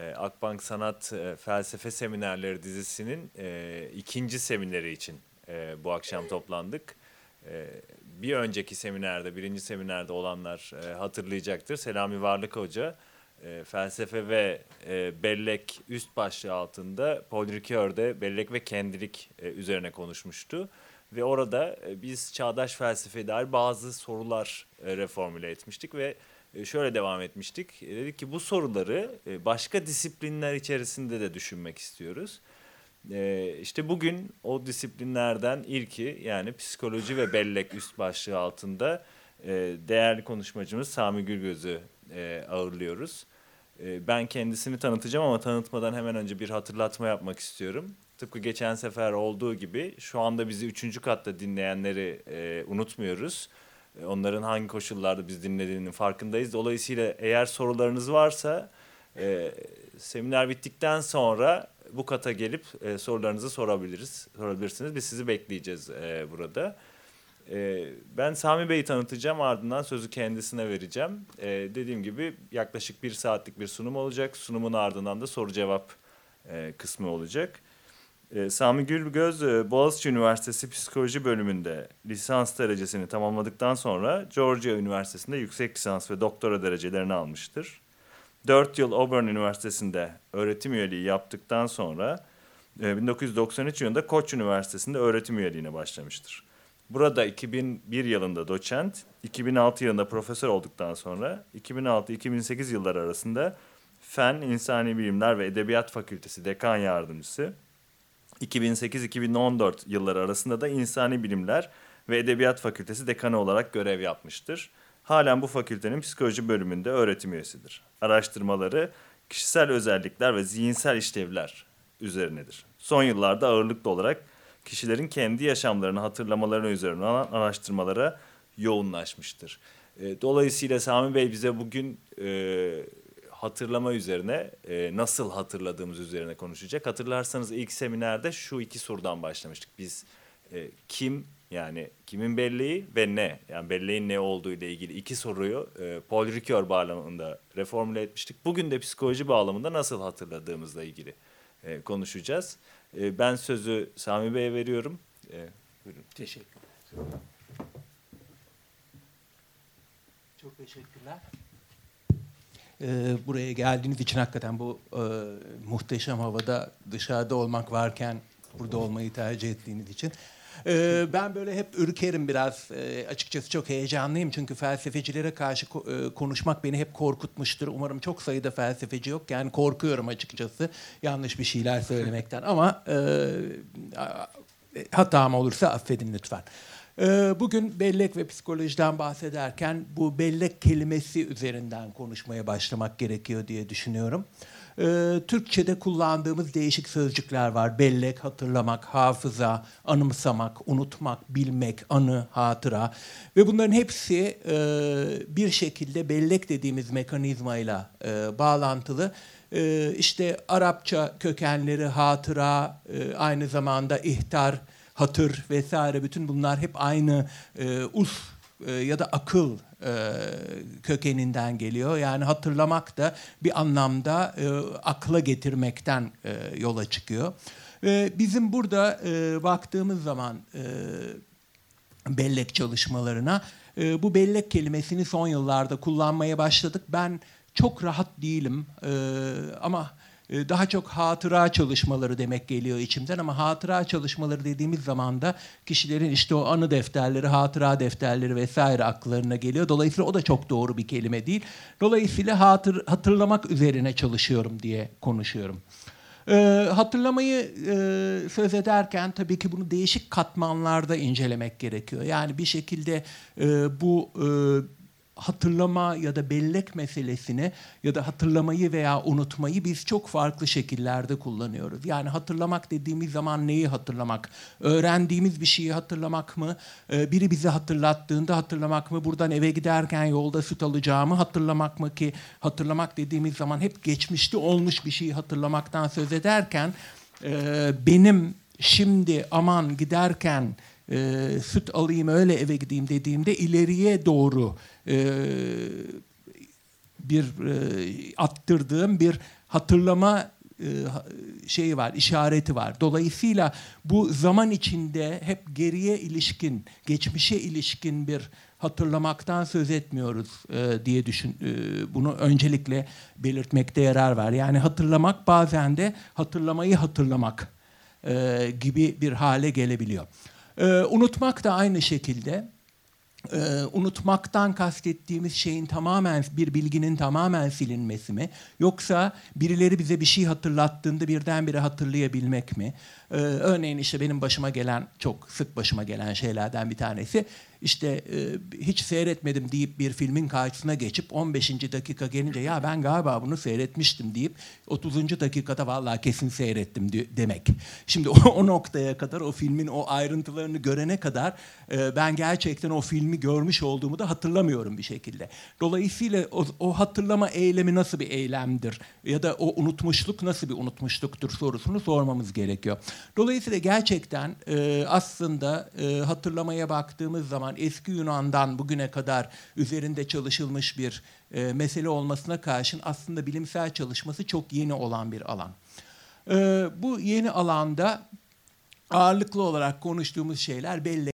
Akbank Sanat Felsefe Seminerleri dizisinin ikinci semineri için bu akşam toplandık. Bir önceki seminerde, birinci seminerde olanlar hatırlayacaktır. Selami Varlık Hoca, felsefe ve bellek üst başlığı altında Paul Ricoeur'de bellek ve kendilik üzerine konuşmuştu. Ve orada biz çağdaş felsefeye dair bazı sorular reformüle etmiştik ve şöyle devam etmiştik. Dedik ki bu soruları başka disiplinler içerisinde de düşünmek istiyoruz. İşte bugün o disiplinlerden ilki, yani psikoloji ve bellek üst başlığı altında değerli konuşmacımız Sami Gülgöz'ü ağırlıyoruz. Ben kendisini tanıtacağım ama tanıtmadan hemen önce bir hatırlatma yapmak istiyorum. Tıpkı geçen sefer olduğu gibi şu anda bizi 3. katta dinleyenleri unutmuyoruz. Onların hangi koşullarda biz dinlediğinin farkındayız. Dolayısıyla eğer sorularınız varsa seminer bittikten sonra bu kata gelip sorularınızı sorabilirsiniz. Biz sizi bekleyeceğiz burada. Ben Sami Bey'i tanıtacağım, ardından sözü kendisine vereceğim. Dediğim gibi yaklaşık 1 saatlik bir sunum olacak. Sunumun ardından da soru cevap kısmı olacak. Sami Gülgöz, Boğaziçi Üniversitesi Psikoloji bölümünde lisans derecesini tamamladıktan sonra Georgia Üniversitesi'nde yüksek lisans ve doktora derecelerini almıştır. 4 yıl Auburn Üniversitesi'nde öğretim üyeliği yaptıktan sonra 1993 yılında Koç Üniversitesi'nde öğretim üyeliğine başlamıştır. Burada 2001 yılında doçent, 2006 yılında profesör olduktan sonra 2006-2008 yılları arasında Fen, İnsani Bilimler ve Edebiyat Fakültesi Dekan Yardımcısı, 2008-2014 yılları arasında da İnsani Bilimler ve Edebiyat Fakültesi Dekanı olarak görev yapmıştır. Halen bu fakültenin psikoloji bölümünde öğretim üyesidir. Araştırmaları kişisel özellikler ve zihinsel işlevler üzerinedir. Son yıllarda ağırlıklı olarak kişilerin kendi yaşamlarını hatırlamalarına üzerine araştırmalara yoğunlaşmıştır. Dolayısıyla Sami Bey bize bugün hatırlama üzerine, nasıl hatırladığımız üzerine konuşacak. Hatırlarsanız ilk seminerde şu 2 sorudan başlamıştık. Biz kim, yani kimin belleği ve ne, yani belleğin ne olduğu ile ilgili 2 soruyu Paul Ricoeur bağlamında reformüle etmiştik. Bugün de psikoloji bağlamında nasıl hatırladığımızla ilgili konuşacağız. Ben sözü Sami Bey'e veriyorum. Buyurun. Teşekkürler. Çok teşekkürler. Buraya geldiğiniz için hakikaten bu muhteşem havada dışarıda olmak varken burada olmayı tercih ettiğiniz için. Ben böyle hep ürkerim biraz. Açıkçası çok heyecanlıyım çünkü felsefecilere karşı konuşmak beni hep korkutmuştur. Umarım çok sayıda felsefeci yok. Yani korkuyorum açıkçası yanlış bir şeyler söylemekten ama hatam olursa affedin lütfen. Bugün bellek ve psikolojiden bahsederken bu bellek kelimesi üzerinden konuşmaya başlamak gerekiyor diye düşünüyorum. Türkçe'de kullandığımız değişik sözcükler var. Bellek, hatırlamak, hafıza, anımsamak, unutmak, bilmek, anı, hatıra. Ve bunların hepsi bir şekilde bellek dediğimiz mekanizmayla bağlantılı. İşte Arapça kökenleri hatıra, aynı zamanda ihtar, hatır vesaire, bütün bunlar hep aynı ya da akıl kökeninden geliyor. Yani hatırlamak da bir anlamda akla getirmekten yola çıkıyor. Bizim burada baktığımız zaman bellek çalışmalarına bu bellek kelimesini son yıllarda kullanmaya başladık. Ben çok rahat değilim ama daha çok hatıra çalışmaları demek geliyor içimden, ama hatıra çalışmaları dediğimiz zaman da kişilerin işte o anı defterleri, hatıra defterleri vesaire akıllarına geliyor. Dolayısıyla o da çok doğru bir kelime değil. Dolayısıyla hatırlamak üzerine çalışıyorum diye konuşuyorum. Hatırlamayı söz ederken tabii ki bunu değişik katmanlarda incelemek gerekiyor. Yani bir şekilde bu hatırlama ya da bellek meselesini ya da hatırlamayı veya unutmayı biz çok farklı şekillerde kullanıyoruz. Yani hatırlamak dediğimiz zaman neyi hatırlamak? Öğrendiğimiz bir şeyi hatırlamak mı? Biri bizi hatırlattığında hatırlamak mı? Buradan eve giderken yolda süt alacağımı hatırlamak mı? Ki hatırlamak dediğimiz zaman hep geçmişte olmuş bir şeyi hatırlamaktan söz ederken benim şimdi aman giderken süt alayım öyle eve gideyim dediğimde ileriye doğru attırdığım bir hatırlama şeyi var, işareti var. Dolayısıyla bu zaman içinde hep geriye ilişkin, geçmişe ilişkin bir hatırlamaktan söz etmiyoruz diye bunu öncelikle belirtmekte yarar var. Yani hatırlamak bazen de hatırlamayı hatırlamak gibi bir hale gelebiliyor. Unutmak da aynı şekilde. Unutmaktan kastettiğimiz şeyin tamamen, bir bilginin tamamen silinmesi mi? Yoksa birileri bize bir şey hatırlattığında birdenbire hatırlayabilmek mi? Örneğin işte benim başıma gelen, çok sık başıma gelen şeylerden bir tanesi, işte hiç seyretmedim deyip bir filmin karşısına geçip 15. dakika gelince ya ben galiba bunu seyretmiştim deyip 30. dakikada vallahi kesin seyrettim demek. Şimdi o noktaya kadar, o filmin o ayrıntılarını görene kadar ben gerçekten o filmi görmüş olduğumu da hatırlamıyorum bir şekilde. Dolayısıyla o hatırlama eylemi nasıl bir eylemdir ya da o unutmuşluk nasıl bir unutmuşluktur sorusunu sormamız gerekiyor. Dolayısıyla gerçekten aslında hatırlamaya baktığımız zaman eski Yunan'dan bugüne kadar üzerinde çalışılmış bir mesele olmasına karşın aslında bilimsel çalışması çok yeni olan bir alan. Bu yeni alanda ağırlıklı olarak konuştuğumuz şeyler belli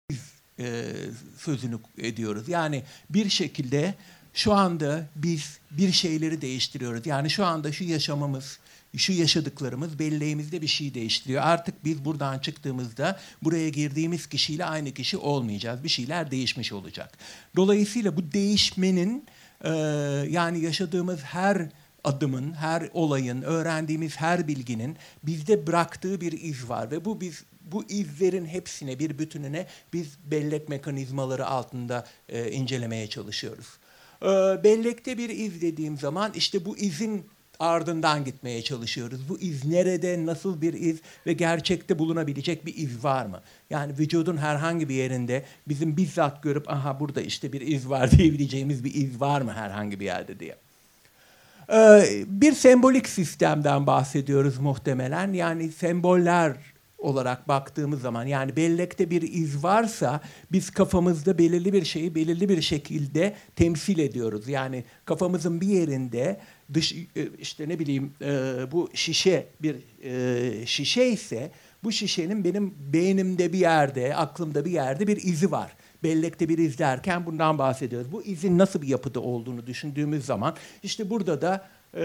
sözünü ediyoruz. Yani bir şekilde şu anda biz bir şeyleri değiştiriyoruz. Yani şu anda şu yaşamımız, şu yaşadıklarımız belleğimizde bir şey değiştiriyor. Artık biz buradan çıktığımızda buraya girdiğimiz kişiyle aynı kişi olmayacağız. Bir şeyler değişmiş olacak. Dolayısıyla bu değişmenin yani yaşadığımız her adımın, her olayın, öğrendiğimiz her bilginin bizde bıraktığı bir iz var ve bu izlerin hepsine, bir bütününe biz bellek mekanizmaları altında incelemeye çalışıyoruz. Bellekte bir iz dediğim zaman işte bu izin ardından gitmeye çalışıyoruz. Bu iz nerede, nasıl bir iz ve gerçekte bulunabilecek bir iz var mı? Yani vücudun herhangi bir yerinde bizim bizzat görüp aha burada işte bir iz var diyebileceğimiz bir iz var mı herhangi bir yerde diye. Bir sembolik sistemden bahsediyoruz muhtemelen. Yani semboller olarak baktığımız zaman yani bellekte bir iz varsa biz kafamızda belirli bir şeyi belirli bir şekilde temsil ediyoruz. Yani kafamızın bir yerinde işte ne bileyim bu şişe bir şişe ise bu şişenin benim beynimde bir yerde, aklımda bir yerde bir izi var. Bellekte bir iz derken bundan bahsediyoruz. Bu izin nasıl bir yapıda olduğunu düşündüğümüz zaman işte burada da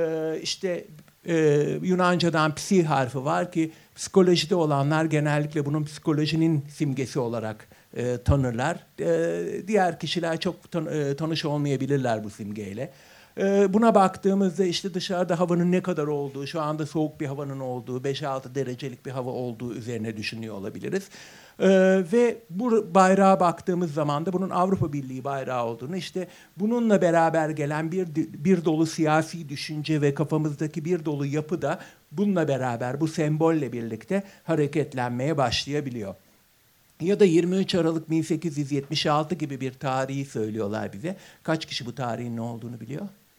Yunanca'dan psi harfi var ki psikolojide olanlar genellikle bunun psikolojinin simgesi olarak tanırlar. Diğer kişiler çok tanış olmayabilirler bu simgeyle. Buna baktığımızda işte dışarıda havanın ne kadar olduğu, şu anda soğuk bir havanın olduğu, 5-6 derecelik bir hava olduğu üzerine düşünüyor olabiliriz. Ve bu bayrağa baktığımız zaman da bunun Avrupa Birliği bayrağı olduğunu, işte bununla beraber gelen bir dolu siyasi düşünce ve kafamızdaki bir dolu yapı da bununla beraber, bu sembolle birlikte hareketlenmeye başlayabiliyor. Ya da 23 Aralık 1876 gibi bir tarihi söylüyorlar bize. Kaç kişi bu tarihin ne olduğunu biliyor?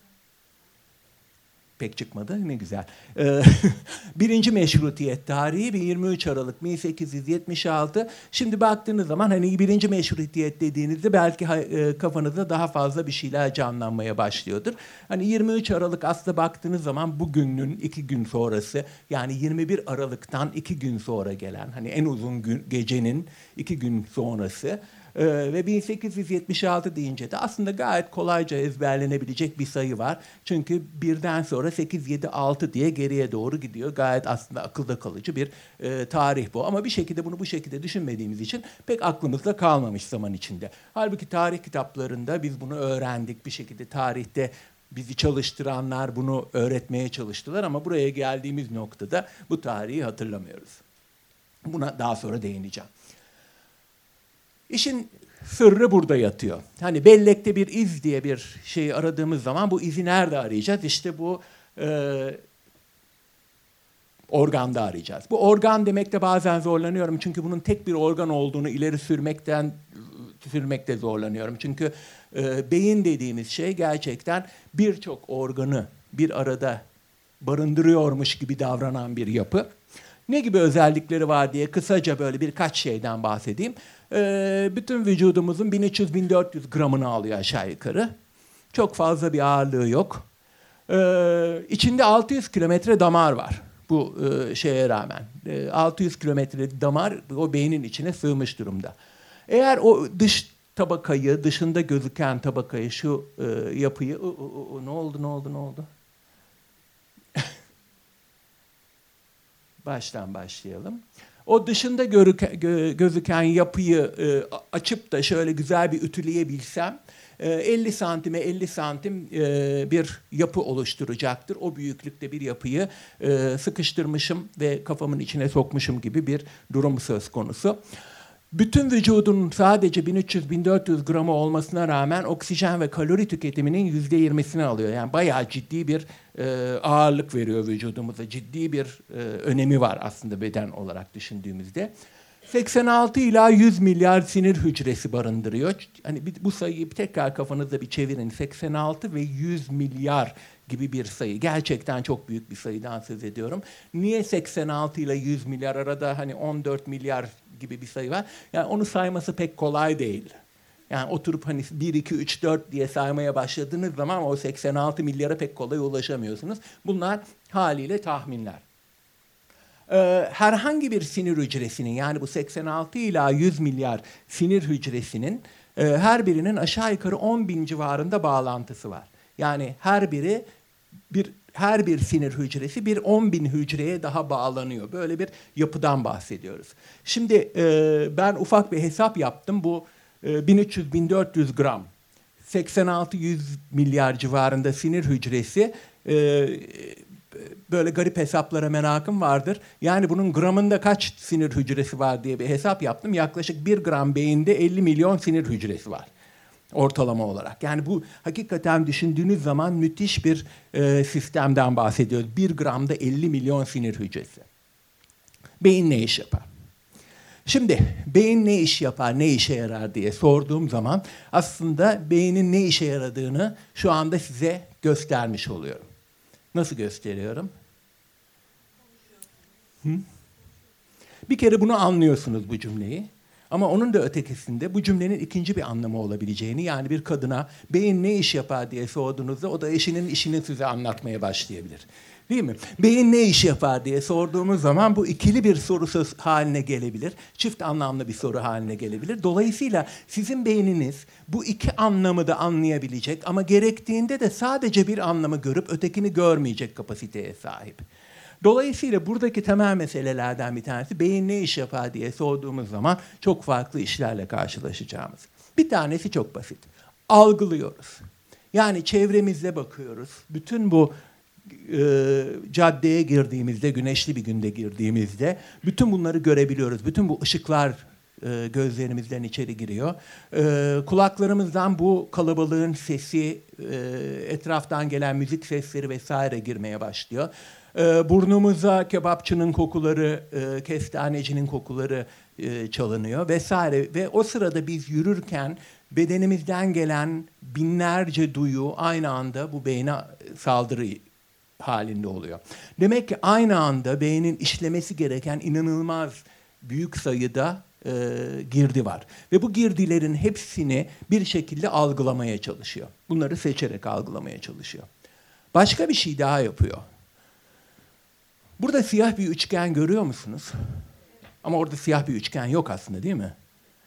Pek çıkmadı, ne güzel. Birinci meşrutiyet tarihi 23 Aralık 1876. Şimdi baktığınız zaman hani birinci meşrutiyet dediğinizde belki kafanızda daha fazla bir şeyler canlanmaya başlıyordur. Hani 23 Aralık aslında baktığınız zaman bugünün 2 gün sonrası, yani 21 Aralık'tan 2 gün sonra gelen, hani en uzun gecenin 2 gün sonrası. Ve 1876 deyince de aslında gayet kolayca ezberlenebilecek bir sayı var. Çünkü birden sonra 8, 7, 6 diye geriye doğru gidiyor. Gayet aslında akılda kalıcı bir tarih bu. Ama bir şekilde bunu bu şekilde düşünmediğimiz için pek aklımızda kalmamış zaman içinde. Halbuki tarih kitaplarında biz bunu öğrendik. Bir şekilde tarihte bizi çalıştıranlar bunu öğretmeye çalıştılar ama buraya geldiğimiz noktada bu tarihi hatırlamıyoruz. Buna daha sonra değineceğim. İşin sırrı burada yatıyor. Hani bellekte bir iz diye bir şeyi aradığımız zaman bu izi nerede arayacağız? İşte bu organda arayacağız. Bu organ demekte bazen zorlanıyorum çünkü bunun tek bir organ olduğunu ileri sürmekte zorlanıyorum. Çünkü beyin dediğimiz şey gerçekten birçok organı bir arada barındırıyormuş gibi davranan bir yapı. Ne gibi özellikleri var diye kısaca böyle birkaç şeyden bahsedeyim. Bütün vücudumuzun 1300-1400 gramını alıyor aşağı yukarı. Çok fazla bir ağırlığı yok. İçinde 600 kilometre damar var bu şeye rağmen. 600 kilometre damar o beynin içine sığmış durumda. Eğer o dış tabakayı, dışında gözüken tabakayı, şu yapıyı... Ne oldu? Baştan başlayalım. O dışında gözüken yapıyı açıp da şöyle güzel bir ütüleyebilsem 50 santime 50 santim bir yapı oluşturacaktır. O büyüklükte bir yapıyı sıkıştırmışım ve kafamın içine sokmuşum gibi bir durum söz konusu. Bütün vücudun sadece 1300-1400 gramı olmasına rağmen oksijen ve kalori tüketiminin %20'sini alıyor. Yani bayağı ciddi bir ağırlık veriyor vücudumuza. Ciddi bir önemi var aslında beden olarak düşündüğümüzde. 86 ila 100 milyar sinir hücresi barındırıyor. Hani bu sayıyı tekrar kafanızda bir çevirin. 86 ve 100 milyar gibi bir sayı. Gerçekten çok büyük bir sayıdan söz ediyorum. Niye 86 ile 100 milyar arada hani 14 milyar gibi bir sayı var? Yani onu sayması pek kolay değil. Yani oturup hani 1, 2, 3, 4 diye saymaya başladığınız zaman o 86 milyara pek kolay ulaşamıyorsunuz. Bunlar haliyle tahminler. Herhangi bir sinir hücresinin yani bu 86 ila 100 milyar sinir hücresinin her birinin aşağı yukarı 10.000 civarında bağlantısı var. Yani her bir sinir hücresi bir 10.000 hücreye daha bağlanıyor. Böyle bir yapıdan bahsediyoruz. Şimdi ben ufak bir hesap yaptım. Bu 1300-1400 gram 86-100 milyar civarında sinir hücresi böyle garip hesaplara merakım vardır. Yani bunun gramında kaç sinir hücresi var diye bir hesap yaptım. Yaklaşık 1 gram beyinde 50 milyon sinir hücresi var. Ortalama olarak. Yani bu hakikaten düşündüğünüz zaman müthiş bir sistemden bahsediyoruz. 1 gramda 50 milyon sinir hücresi. Beyin ne iş yapar? Şimdi beyin ne iş yapar, ne işe yarar diye sorduğum zaman aslında beynin ne işe yaradığını şu anda size göstermiş oluyorum. Nasıl gösteriyorum? Bir kere bunu anlıyorsunuz bu cümleyi. Ama onun da ötekisinde bu cümlenin ikinci bir anlamı olabileceğini, yani bir kadına beyin ne iş yapar diye sorduğunuzda o da eşinin işini size anlatmaya başlayabilir. Değil mi? Beyin ne iş yapar diye sorduğumuz zaman bu ikili bir soru söz haline gelebilir. Çift anlamlı bir soru haline gelebilir. Dolayısıyla sizin beyniniz bu iki anlamı da anlayabilecek ama gerektiğinde de sadece bir anlamı görüp ötekini görmeyecek kapasiteye sahip. Dolayısıyla buradaki temel meselelerden bir tanesi beyin ne iş yapar diye sorduğumuz zaman çok farklı işlerle karşılaşacağımız. Bir tanesi çok basit. Algılıyoruz. Yani çevremizde bakıyoruz. Bütün bu caddeye girdiğimizde, güneşli bir günde girdiğimizde bütün bunları görebiliyoruz. Bütün bu ışıklar gözlerimizden içeri giriyor. Kulaklarımızdan bu kalabalığın sesi, etraftan gelen müzik sesleri vesaire girmeye başlıyor. Burnumuza kebapçının kokuları, kestanecinin kokuları çalınıyor vesaire. Ve o sırada biz yürürken bedenimizden gelen binlerce duyu aynı anda bu beyne saldırı halinde oluyor. Demek ki aynı anda beynin işlemesi gereken inanılmaz büyük sayıda girdi var. Ve bu girdilerin hepsini bir şekilde algılamaya çalışıyor. Bunları seçerek algılamaya çalışıyor. Başka bir şey daha yapıyor. Burada siyah bir üçgen görüyor musunuz? Ama orada siyah bir üçgen yok aslında, değil mi?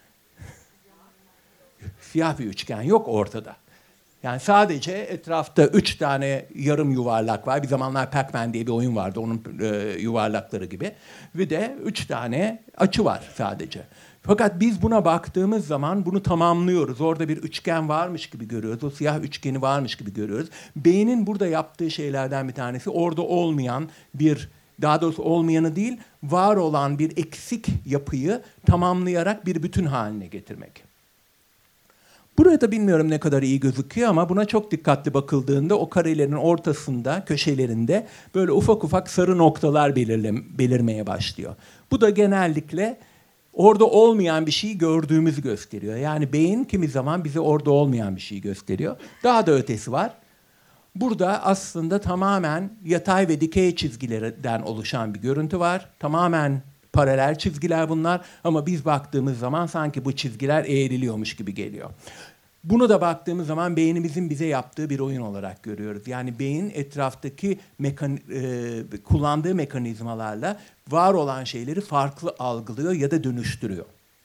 Siyah bir üçgen yok ortada. Yani sadece etrafta 3 tane yarım yuvarlak var. Bir zamanlar Pac-Man diye bir oyun vardı, onun yuvarlakları gibi. Ve de 3 tane açı var sadece. Fakat biz buna baktığımız zaman bunu tamamlıyoruz. Orada bir üçgen varmış gibi görüyoruz. O siyah üçgeni varmış gibi görüyoruz. Beynin burada yaptığı şeylerden bir tanesi orada olmayan bir, daha doğrusu olmayanı değil, var olan bir eksik yapıyı tamamlayarak bir bütün haline getirmek. Burada bilmiyorum ne kadar iyi gözüküyor ama buna çok dikkatli bakıldığında o karelerin ortasında, köşelerinde böyle ufak ufak sarı noktalar belirmeye başlıyor. Bu da genellikle orada olmayan bir şeyi gördüğümüzü gösteriyor. Yani beyin kimi zaman bize orada olmayan bir şeyi gösteriyor. Daha da ötesi var. Burada aslında tamamen yatay ve dikey çizgilerden oluşan bir görüntü var. Tamamen paralel çizgiler bunlar ama biz baktığımız zaman sanki bu çizgiler eğriliyormuş gibi geliyor. Bunu da baktığımız zaman beynimizin bize yaptığı bir oyun olarak görüyoruz. Yani beyin etraftaki kullandığı mekanizmalarla var olan şeyleri farklı algılıyor ya da dönüştürüyor.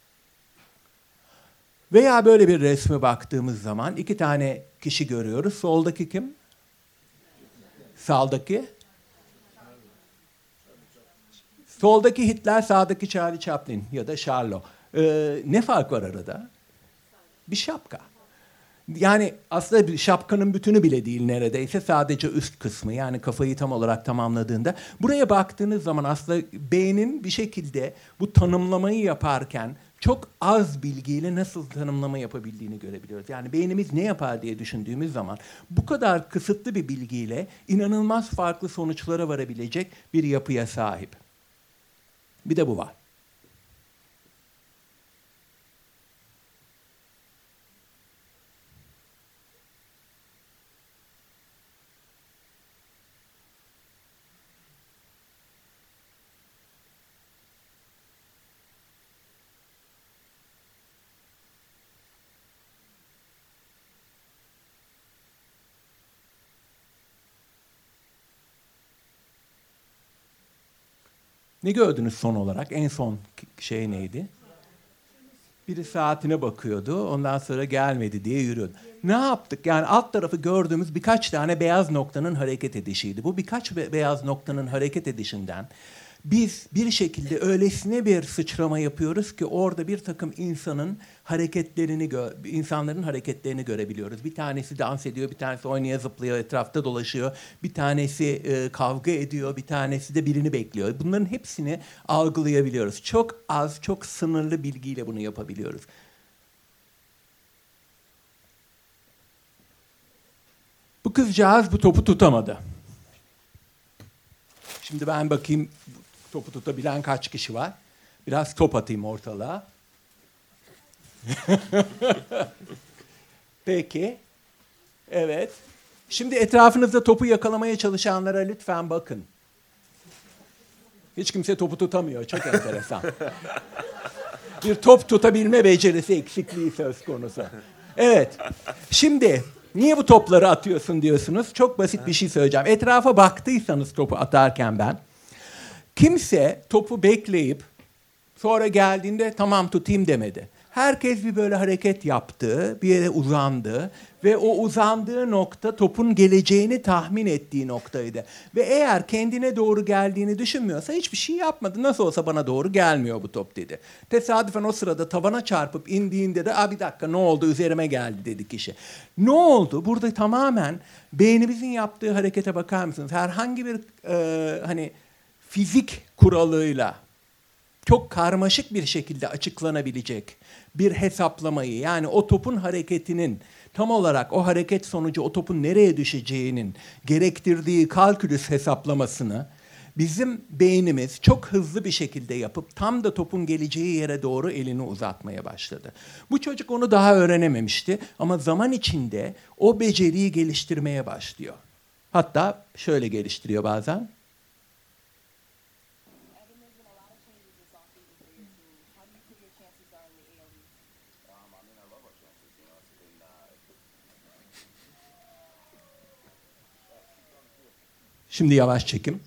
Veya böyle bir resme baktığımız zaman iki tane kişi görüyoruz. Soldaki kim? Sağdaki? Soldaki Hitler, sağdaki Charlie Chaplin ya da Charlo. Ne fark var arada? Bir şapka. Yani aslında bir şapkanın bütünü bile değil neredeyse, sadece üst kısmı, yani kafayı tam olarak tamamladığında. Buraya baktığınız zaman aslında beynin bir şekilde bu tanımlamayı yaparken çok az bilgiyle nasıl tanımlama yapabildiğini görebiliyoruz. Yani beynimiz ne yapar diye düşündüğümüz zaman bu kadar kısıtlı bir bilgiyle inanılmaz farklı sonuçlara varabilecek bir yapıya sahip. Bir de bu var. Ne gördünüz son olarak? En son şey neydi? Biri saatine bakıyordu, ondan sonra gelmedi diye yürüyordu. Ne yaptık? Yani alt tarafı gördüğümüz birkaç tane beyaz noktanın hareket edişiydi. Bu birkaç beyaz noktanın hareket edişinden biz bir şekilde öylesine bir sıçrama yapıyoruz ki orada bir takım insanların hareketlerini görebiliyoruz. Bir tanesi dans ediyor, bir tanesi oynaya zıplıyor, etrafta dolaşıyor. Bir tanesi kavga ediyor, bir tanesi de birini bekliyor. Bunların hepsini algılayabiliyoruz. Çok az, çok sınırlı bilgiyle bunu yapabiliyoruz. Bu kızcağız bu topu tutamadı. Şimdi ben bakayım topu tutabilen kaç kişi var? Biraz top atayım ortalığa. Peki. Evet. Şimdi etrafınızda topu yakalamaya çalışanlara lütfen bakın. Hiç kimse topu tutamıyor. Çok enteresan. Bir top tutabilme becerisi eksikliği söz konusu. Evet. Şimdi niye bu topları atıyorsun diyorsunuz. Çok basit bir şey söyleyeceğim. Etrafa baktıysanız topu atarken ben, kimse topu bekleyip sonra geldiğinde tamam tutayım demedi. Herkes bir böyle hareket yaptı, bir yere uzandı ve o uzandığı nokta topun geleceğini tahmin ettiği noktaydı. Ve eğer kendine doğru geldiğini düşünmüyorsa hiçbir şey yapmadı. Nasıl olsa bana doğru gelmiyor bu top dedi. Tesadüfen o sırada tavana çarpıp indiğinde de bir dakika ne oldu üzerime geldi dedi kişi. Ne oldu? Burada tamamen beynimizin yaptığı harekete bakar mısınız? Herhangi bir fizik kuralıyla çok karmaşık bir şekilde açıklanabilecek bir hesaplamayı, yani o topun hareketinin tam olarak o hareket sonucu o topun nereye düşeceğinin gerektirdiği kalkülüs hesaplamasını bizim beynimiz çok hızlı bir şekilde yapıp tam da topun geleceği yere doğru elini uzatmaya başladı. Bu çocuk onu daha öğrenememişti ama zaman içinde o beceriyi geliştirmeye başlıyor. Hatta şöyle geliştiriyor bazen. Şimdi yavaş çekim.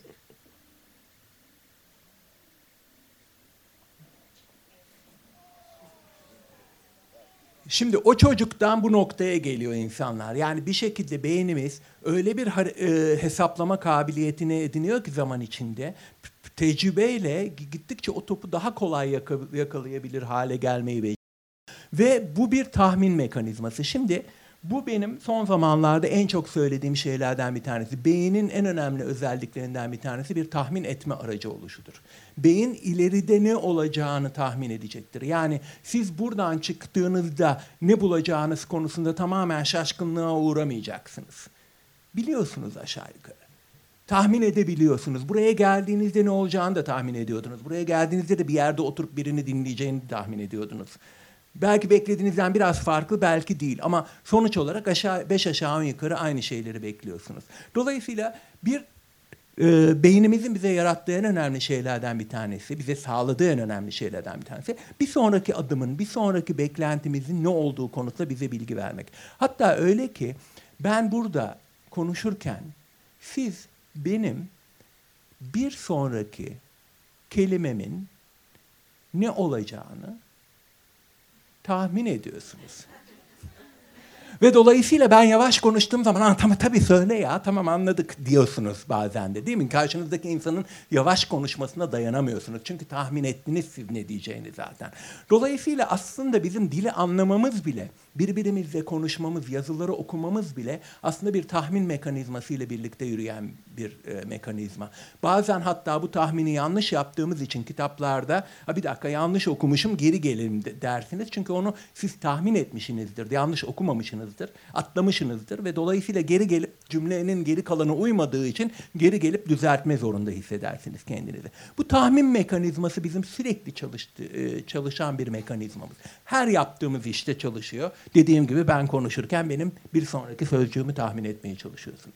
Şimdi o çocuktan bu noktaya geliyor insanlar. Yani bir şekilde beynimiz öyle bir hesaplama kabiliyetini ediniyor ki zaman içinde tecrübeyle gittikçe o topu daha kolay yakalayabilir hale gelmeyi beceriyor. Ve bu bir tahmin mekanizması. Şimdi bu benim son zamanlarda en çok söylediğim şeylerden bir tanesi. Beynin en önemli özelliklerinden bir tanesi bir tahmin etme aracı oluşudur. Beyin ileride ne olacağını tahmin edecektir. Yani siz buradan çıktığınızda ne bulacağınız konusunda tamamen şaşkınlığa uğramayacaksınız. Biliyorsunuz aşağı yukarı. Tahmin edebiliyorsunuz. Buraya geldiğinizde ne olacağını da tahmin ediyordunuz. Buraya geldiğinizde de bir yerde oturup birini dinleyeceğini tahmin ediyordunuz. Belki beklediğinizden biraz farklı, belki değil. Ama sonuç olarak beş aşağı yukarı aynı şeyleri bekliyorsunuz. Dolayısıyla bir beynimizin bize yarattığı en önemli şeylerden bir tanesi, bize sağladığı en önemli şeylerden bir tanesi, bir sonraki adımın, bir sonraki beklentimizin ne olduğu konusunda bize bilgi vermek. Hatta öyle ki ben burada konuşurken siz benim bir sonraki kelimemin ne olacağını tahmin ediyorsunuz. Ve dolayısıyla ben yavaş konuştuğum zaman tamam tabii söyle ya tamam anladık diyorsunuz bazen de, değil mi? Karşınızdaki insanın yavaş konuşmasına dayanamıyorsunuz. Çünkü tahmin ettiniz siz ne diyeceğini zaten. Dolayısıyla aslında bizim dili anlamamız bile, birbirimizle konuşmamız, yazıları okumamız bile aslında bir tahmin mekanizması ile birlikte yürüyen bir mekanizma. Bazen hatta bu tahmini yanlış yaptığımız için kitaplarda bir dakika yanlış okumuşum geri gelelim dersiniz. Çünkü onu siz tahmin etmişsinizdir, yanlış okumamışsınızdır, atlamışsınızdır ve dolayısıyla geri gelip cümlenin geri kalanı uymadığı için geri gelip düzeltme zorunda hissedersiniz kendinizi. Bu tahmin mekanizması bizim sürekli çalışan bir mekanizmamız. Her yaptığımız işte çalışıyor. Dediğim gibi ben konuşurken benim bir sonraki sözcüğümü tahmin etmeye çalışıyorsunuz.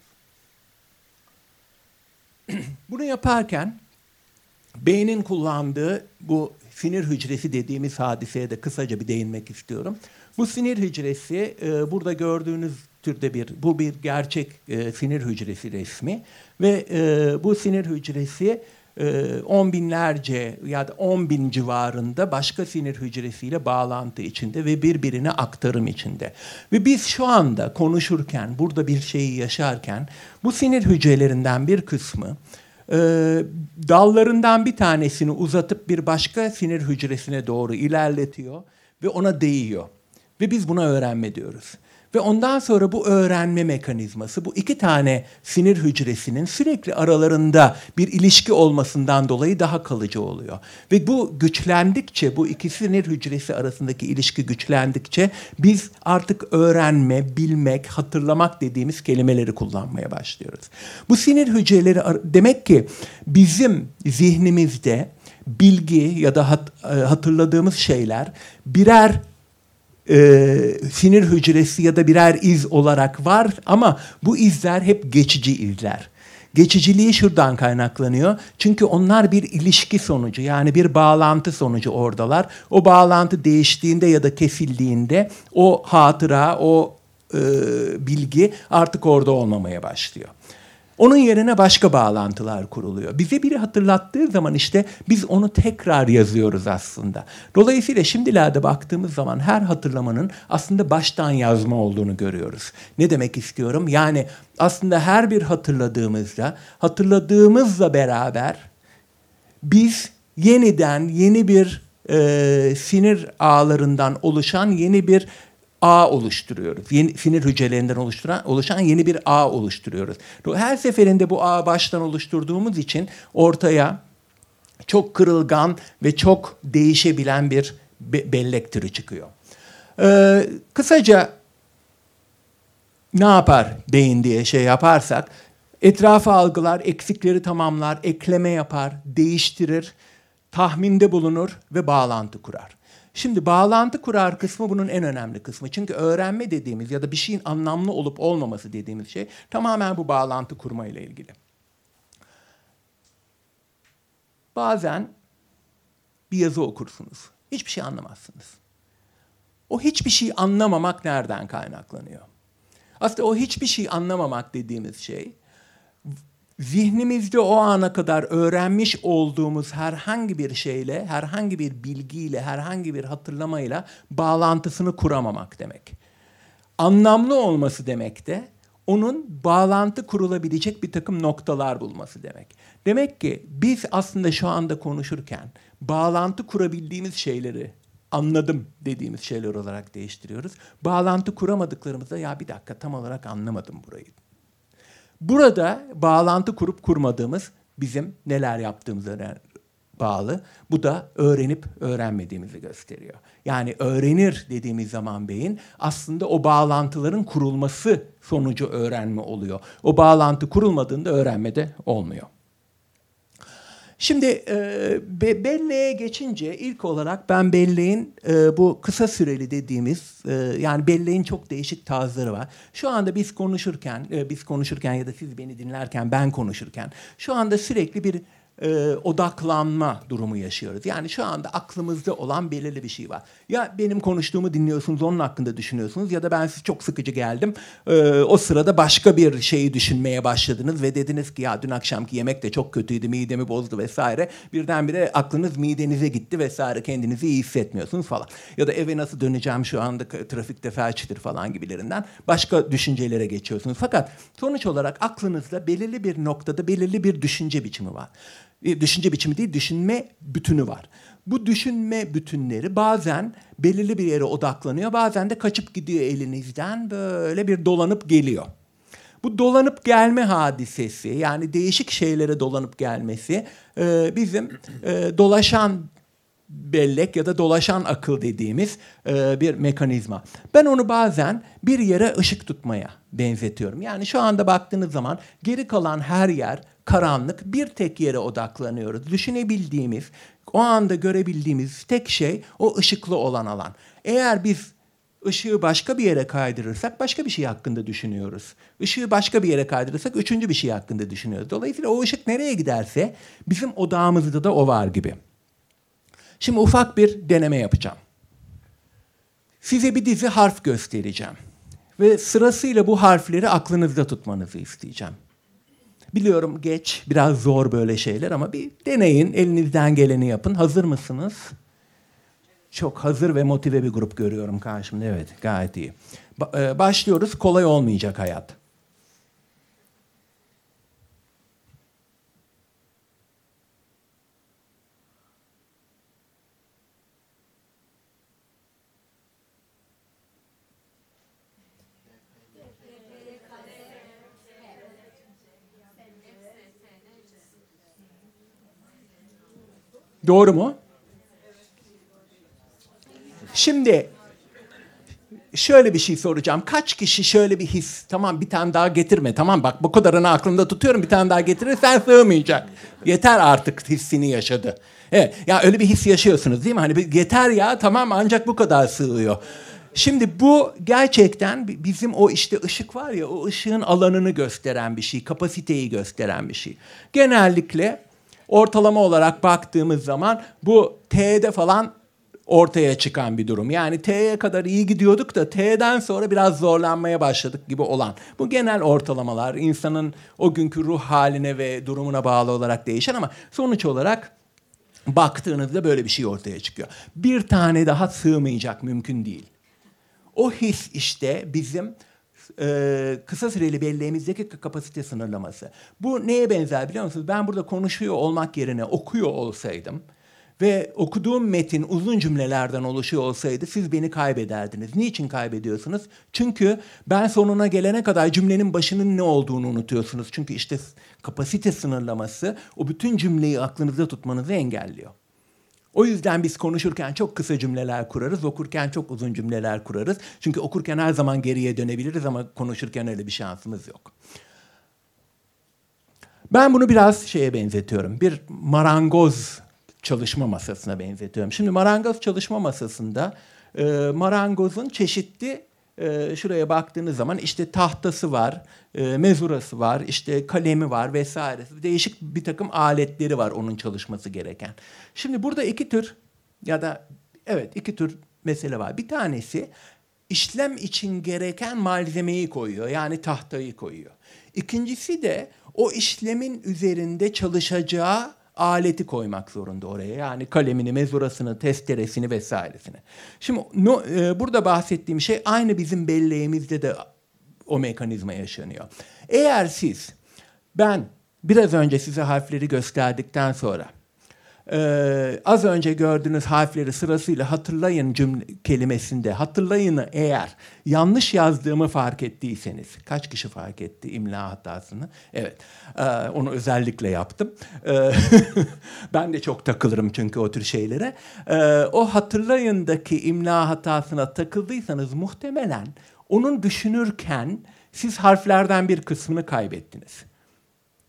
Bunu yaparken beynin kullandığı bu sinir hücresi dediğimiz hadiseye de kısaca bir değinmek istiyorum. Bu sinir hücresi burada gördüğünüz türde bu bir gerçek sinir hücresi resmi ve bu sinir hücresi 10 binlerce ya da 10 bin civarında başka sinir hücresiyle bağlantı içinde ve birbirine aktarım içinde. Ve biz şu anda konuşurken, burada bir şeyi yaşarken bu sinir hücrelerinden bir kısmı dallarından bir tanesini uzatıp bir başka sinir hücresine doğru ilerletiyor ve ona değiyor. Ve biz buna öğrenme diyoruz. Ve ondan sonra bu öğrenme mekanizması, bu iki tane sinir hücresinin sürekli aralarında bir ilişki olmasından dolayı daha kalıcı oluyor. Ve bu güçlendikçe, bu iki sinir hücresi arasındaki ilişki güçlendikçe biz artık öğrenme, bilmek, hatırlamak dediğimiz kelimeleri kullanmaya başlıyoruz. Bu sinir hücreleri demek ki bizim zihnimizde bilgi ya da hatırladığımız şeyler birer sinir hücresi ya da birer iz olarak var ama bu izler hep geçici izler. Geçiciliği şuradan kaynaklanıyor. Çünkü onlar bir ilişki sonucu yani bir bağlantı sonucu oradalar. O bağlantı değiştiğinde ya da kesildiğinde o hatıra, o bilgi artık orada olmamaya başlıyor. Onun yerine başka bağlantılar kuruluyor. Bize biri hatırlattığı zaman işte biz onu tekrar yazıyoruz aslında. Dolayısıyla şimdilerde baktığımız zaman her hatırlamanın aslında baştan yazma olduğunu görüyoruz. Ne demek istiyorum? Yani aslında her bir hatırladığımızla beraber biz yeniden yeni bir sinir ağlarından oluşan yeni bir ağ oluşturuyoruz. Sinir hücrelerinden oluşan yeni bir ağ oluşturuyoruz. Her seferinde bu ağı baştan oluşturduğumuz için ortaya çok kırılgan ve çok değişebilen bir bellek türü çıkıyor. Kısaca ne yapar beyin diye şey yaparsak, etrafı algılar, eksikleri tamamlar, ekleme yapar, değiştirir, tahminde bulunur ve bağlantı kurar. Şimdi bağlantı kurar kısmı bunun en önemli kısmı. Çünkü öğrenme dediğimiz ya da bir şeyin anlamlı olup olmaması dediğimiz şey tamamen bu bağlantı kurma ile ilgili. Bazen bir yazı okursunuz. Hiçbir şey anlamazsınız. O hiçbir şey anlamamak nereden kaynaklanıyor? Aslında o hiçbir şey anlamamak dediğimiz şey zihnimizde o ana kadar öğrenmiş olduğumuz herhangi bir şeyle, herhangi bir bilgiyle, herhangi bir hatırlamayla bağlantısını kuramamak demek. Anlamlı olması demek de onun bağlantı kurulabilecek bir takım noktalar bulması demek. Demek ki biz aslında şu anda konuşurken bağlantı kurabildiğimiz şeyleri anladım dediğimiz şeyler olarak değiştiriyoruz. Bağlantı kuramadıklarımızda ya bir dakika tam olarak anlamadım burayı. Burada bağlantı kurup kurmadığımız bizim neler yaptığımıza bağlı. Bu da öğrenip öğrenmediğimizi gösteriyor. Yani öğrenir dediğimiz zaman beyin aslında o bağlantıların kurulması sonucu öğrenme oluyor. O bağlantı kurulmadığında öğrenme de olmuyor. Şimdi belleğe geçince ilk olarak ben belleğin bu kısa süreli dediğimiz yani belleğin çok değişik tarzları var. Şu anda biz konuşurken ya da siz beni dinlerken ben konuşurken şu anda sürekli bir odaklanma durumu yaşıyoruz. Yani şu anda aklımızda olan belirli bir şey var. Ya benim konuştuğumu dinliyorsunuz, onun hakkında düşünüyorsunuz ya da ben size çok sıkıcı geldim. O sırada başka bir şeyi düşünmeye başladınız ve dediniz ki ya dün akşamki yemek de çok kötüydü, midemi bozdu vesaire. Birdenbire aklınız midenize gitti vesaire, kendinizi iyi hissetmiyorsunuz falan. Ya da eve nasıl döneceğim şu anda trafikte felçtir falan gibilerinden başka düşüncelere geçiyorsunuz. Fakat sonuç olarak aklınızda belirli bir noktada belirli bir düşünce biçimi var. Düşünce biçimi değil, düşünme bütünü var. Bu düşünme bütünleri bazen belirli bir yere odaklanıyor, bazen de kaçıp gidiyor elinizden, böyle bir dolanıp geliyor. Bu dolanıp gelme hadisesi, yani değişik şeylere dolanıp gelmesi bizim dolaşan bellek ya da dolaşan akıl dediğimiz bir mekanizma. Ben onu bazen bir yere ışık tutmaya benzetiyorum. Yani şu anda baktığınız zaman geri kalan her yer karanlık, bir tek yere odaklanıyoruz. Düşünebildiğimiz, o anda görebildiğimiz tek şey o ışıklı olan alan. Eğer biz ışığı başka bir yere kaydırırsak başka bir şey hakkında düşünüyoruz. Işığı başka bir yere kaydırırsak üçüncü bir şey hakkında düşünüyoruz. Dolayısıyla o ışık nereye giderse bizim odağımızda da o var gibi. Şimdi ufak bir deneme yapacağım. Size bir dizi harf göstereceğim. Ve sırasıyla bu harfleri aklınızda tutmanızı isteyeceğim. Biliyorum geç, biraz zor böyle şeyler ama bir deneyin, elinizden geleni yapın. Hazır mısınız? Çok hazır ve motive bir grup görüyorum karşımda. Evet, gayet iyi. Başlıyoruz, kolay olmayacak hayat. Doğru mu? Şimdi şöyle bir şey soracağım. Kaç kişi şöyle bir his, tamam bir tane daha getirme, tamam bak bu kadarını aklımda tutuyorum, bir tane daha getirirsen sığmayacak. Yeter artık hissini yaşadı. Evet, ya öyle bir his yaşıyorsunuz değil mi? Hani yeter ya, tamam ancak bu kadar sığıyor. Şimdi bu gerçekten bizim o işte ışık var ya, o ışığın alanını gösteren bir şey, kapasiteyi gösteren bir şey. Genellikle ortalama olarak baktığımız zaman bu T'de falan ortaya çıkan bir durum. Yani T'ye kadar iyi gidiyorduk da T'den sonra biraz zorlanmaya başladık gibi olan. Bu genel ortalamalar insanın o günkü ruh haline ve durumuna bağlı olarak değişen ama sonuç olarak baktığınızda böyle bir şey ortaya çıkıyor. Bir tane daha sığmayacak, mümkün değil. O his işte bizim kısa süreli belleğimizdeki kapasite sınırlaması. Bu neye benzer biliyor musunuz? Ben burada konuşuyor olmak yerine okuyor olsaydım ve okuduğum metin uzun cümlelerden oluşuyor olsaydı siz beni kaybederdiniz. Niçin kaybediyorsunuz? Çünkü ben sonuna gelene kadar cümlenin başının ne olduğunu unutuyorsunuz. Çünkü işte kapasite sınırlaması o bütün cümleyi aklınızda tutmanızı engelliyor. O yüzden biz konuşurken çok kısa cümleler kurarız, okurken çok uzun cümleler kurarız. Çünkü okurken her zaman geriye dönebiliriz ama konuşurken öyle bir şansımız yok. Ben bunu biraz şeye benzetiyorum. Bir marangoz çalışma masasına benzetiyorum. Şimdi marangoz çalışma masasında marangozun çeşitli şuraya baktığınız zaman işte tahtası var, mezurası var, işte kalemi var vesaire. Değişik bir takım aletleri var onun çalışması gereken. Şimdi burada iki tür ya da evet iki tür mesele var. Bir tanesi işlem için gereken malzemeyi koyuyor. Yani tahtayı koyuyor. İkincisi de o işlemin üzerinde çalışacağı aleti koymak zorunda oraya. Yani kalemini, mezurasını, testeresini vesairesini. Şimdi burada bahsettiğim şey aynı bizim belleğimizde de o mekanizma yaşanıyor. Eğer ben biraz önce size harfleri gösterdikten sonra az önce gördüğünüz harfleri sırasıyla hatırlayın kelimesinde hatırlayını eğer yanlış yazdığımı fark ettiyseniz, kaç kişi fark etti imla hatasını? Evet, onu özellikle yaptım. Ben de çok takılırım çünkü o tür şeylere. O hatırlayındaki imla hatasına takıldıysanız muhtemelen onun düşünürken siz harflerden bir kısmını kaybettiniz.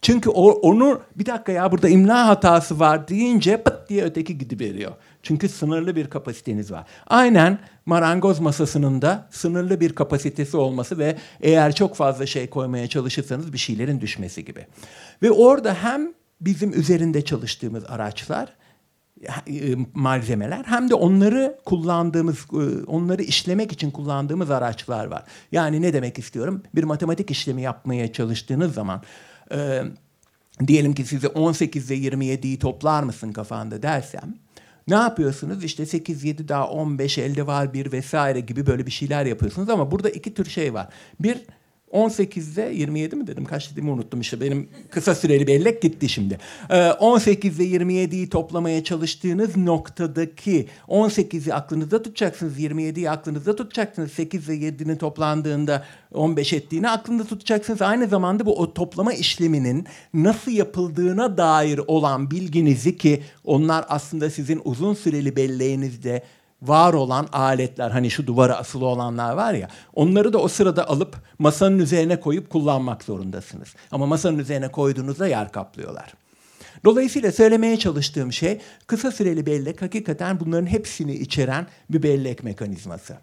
Çünkü onu bir dakika ya burada imla hatası var deyince pıt diye öteki gidiveriyor. Çünkü sınırlı bir kapasiteniz var. Aynen marangoz masasının da sınırlı bir kapasitesi olması ve eğer çok fazla şey koymaya çalışırsanız bir şeylerin düşmesi gibi. Ve orada hem bizim üzerinde çalıştığımız araçlar, malzemeler hem de onları kullandığımız, onları işlemek için kullandığımız araçlar var. Yani ne demek istiyorum? Bir matematik işlemi yapmaya çalıştığınız zaman diyelim ki size 18 ile 27'yi toplar mısın kafanda dersem ne yapıyorsunuz? İşte 8, 7 daha 15 elde var 1 vesaire gibi böyle bir şeyler yapıyorsunuz ama burada iki tür şey var. Bir 18'de 27 mi dedim? Kaç dediğimi unuttum işte. Benim kısa süreli bellek gitti şimdi. 18 ile 27'yi toplamaya çalıştığınız noktadaki 18'i aklınızda tutacaksınız. 27'yi aklınızda tutacaksınız. 8 ile 7'nin toplandığında 15 ettiğini aklınızda tutacaksınız. Aynı zamanda bu o toplama işleminin nasıl yapıldığına dair olan bilginizi ki onlar aslında sizin uzun süreli belleğinizde var olan aletler, hani şu duvara asılı olanlar var ya, onları da o sırada alıp masanın üzerine koyup kullanmak zorundasınız. Ama masanın üzerine koyduğunuzda yer kaplıyorlar. Dolayısıyla söylemeye çalıştığım şey, kısa süreli bellek hakikaten bunların hepsini içeren bir bellek mekanizması.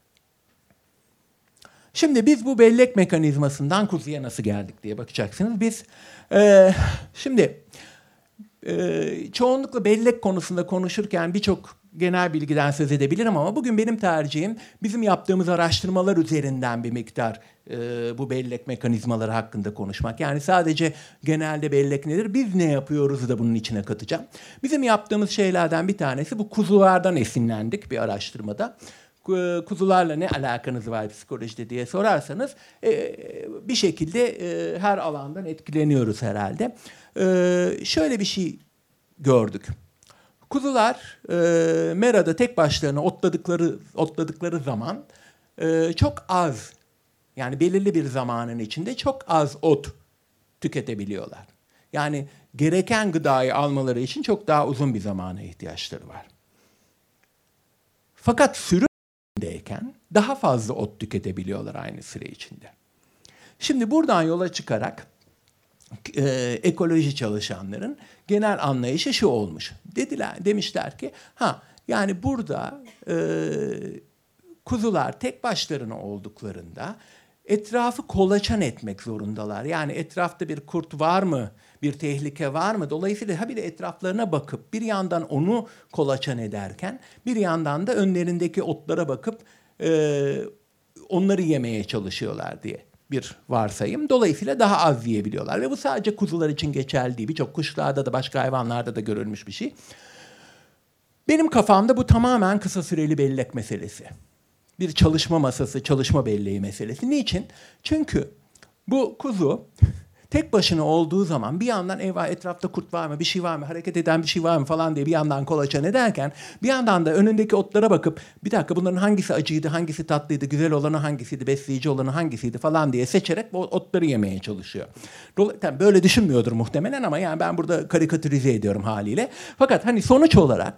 Şimdi biz bu bellek mekanizmasından kuzuya nasıl geldik diye bakacaksınız. Biz şimdi çoğunlukla bellek konusunda konuşurken birçok genel bilgiden söz edebilirim ama bugün benim tercihim bizim yaptığımız araştırmalar üzerinden bir miktar bu bellek mekanizmaları hakkında konuşmak. Yani sadece genelde bellek nedir, biz ne yapıyoruz da bunun içine katacağım. Bizim yaptığımız şeylerden bir tanesi bu kuzulardan esinlendik bir araştırmada. Kuzularla ne alakanız var psikolojide diye sorarsanız bir şekilde her alandan etkileniyoruz herhalde. Şöyle bir şey gördük. Kuzular merada tek başlarına otladıkları zaman çok az, yani belirli bir zamanın içinde çok az ot tüketebiliyorlar. Yani gereken gıdayı almaları için çok daha uzun bir zamana ihtiyaçları var. Fakat sürüdeyken daha fazla ot tüketebiliyorlar aynı süre içinde. Şimdi buradan yola çıkarak ekoloji çalışanların genel anlayışı şu olmuş. Demişler ki yani burada kuzular tek başlarına olduklarında etrafı kolaçan etmek zorundalar. Yani etrafta bir kurt var mı? Bir tehlike var mı? Dolayısıyla bir de etraflarına bakıp bir yandan onu kolaçan ederken bir yandan da önlerindeki otlara bakıp onları yemeye çalışıyorlar diye bir varsayım. Dolayısıyla daha az yiyebiliyorlar. Ve bu sadece kuzular için geçerli değil. Birçok kuşlarda da başka hayvanlarda da görülmüş bir şey. Benim kafamda bu tamamen kısa süreli bellek meselesi. Bir çalışma masası, çalışma belleği meselesi. Niçin? Çünkü bu kuzu tek başına olduğu zaman bir yandan eyvah etrafta kurt var mı, bir şey var mı, hareket eden bir şey var mı falan diye bir yandan kolaçan ederken bir yandan da önündeki otlara bakıp bir dakika bunların hangisi acıydı, hangisi tatlıydı, güzel olanı hangisiydi, besleyici olanı hangisiydi falan diye seçerek o otları yemeye çalışıyor. Dolayısıyla böyle düşünmüyordur muhtemelen ama yani ben burada karikatürize ediyorum haliyle. Fakat hani sonuç olarak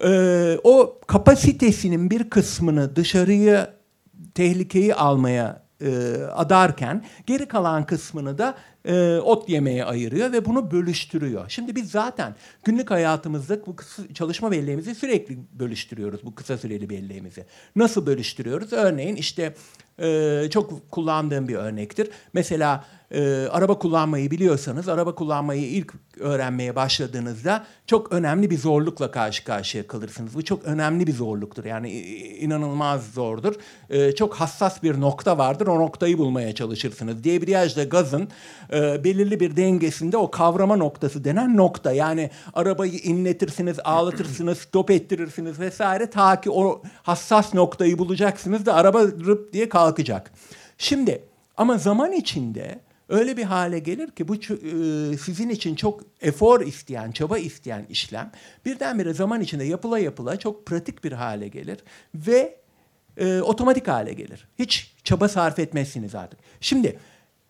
o kapasitesinin bir kısmını dışarıya tehlikeyi almaya adarken geri kalan kısmını da ot yemeye ayırıyor ve bunu bölüştürüyor. Şimdi biz zaten günlük hayatımızda bu çalışma belleğimizi sürekli bölüştürüyoruz, bu kısa süreli belleğimizi. Nasıl bölüştürüyoruz? Örneğin işte çok kullandığım bir örnektir. Mesela araba kullanmayı biliyorsanız, araba kullanmayı ilk öğrenmeye başladığınızda çok önemli bir zorlukla karşı karşıya kalırsınız. Bu çok önemli bir zorluktur. Yani inanılmaz zordur. Çok hassas bir nokta vardır. O noktayı bulmaya çalışırsınız. Debriyajla gazın belirli bir dengesinde o kavrama noktası denen nokta. Yani arabayı inletirsiniz, ağlatırsınız, stop ettirirsiniz vesaire. Ta ki o hassas noktayı bulacaksınız da araba rıp diye kalkacak. Şimdi ama zaman içinde öyle bir hale gelir ki bu sizin için çok efor isteyen, çaba isteyen işlem birdenbire zaman içinde yapıla yapıla çok pratik bir hale gelir ve otomatik hale gelir. Hiç çaba sarf etmezsiniz artık. Şimdi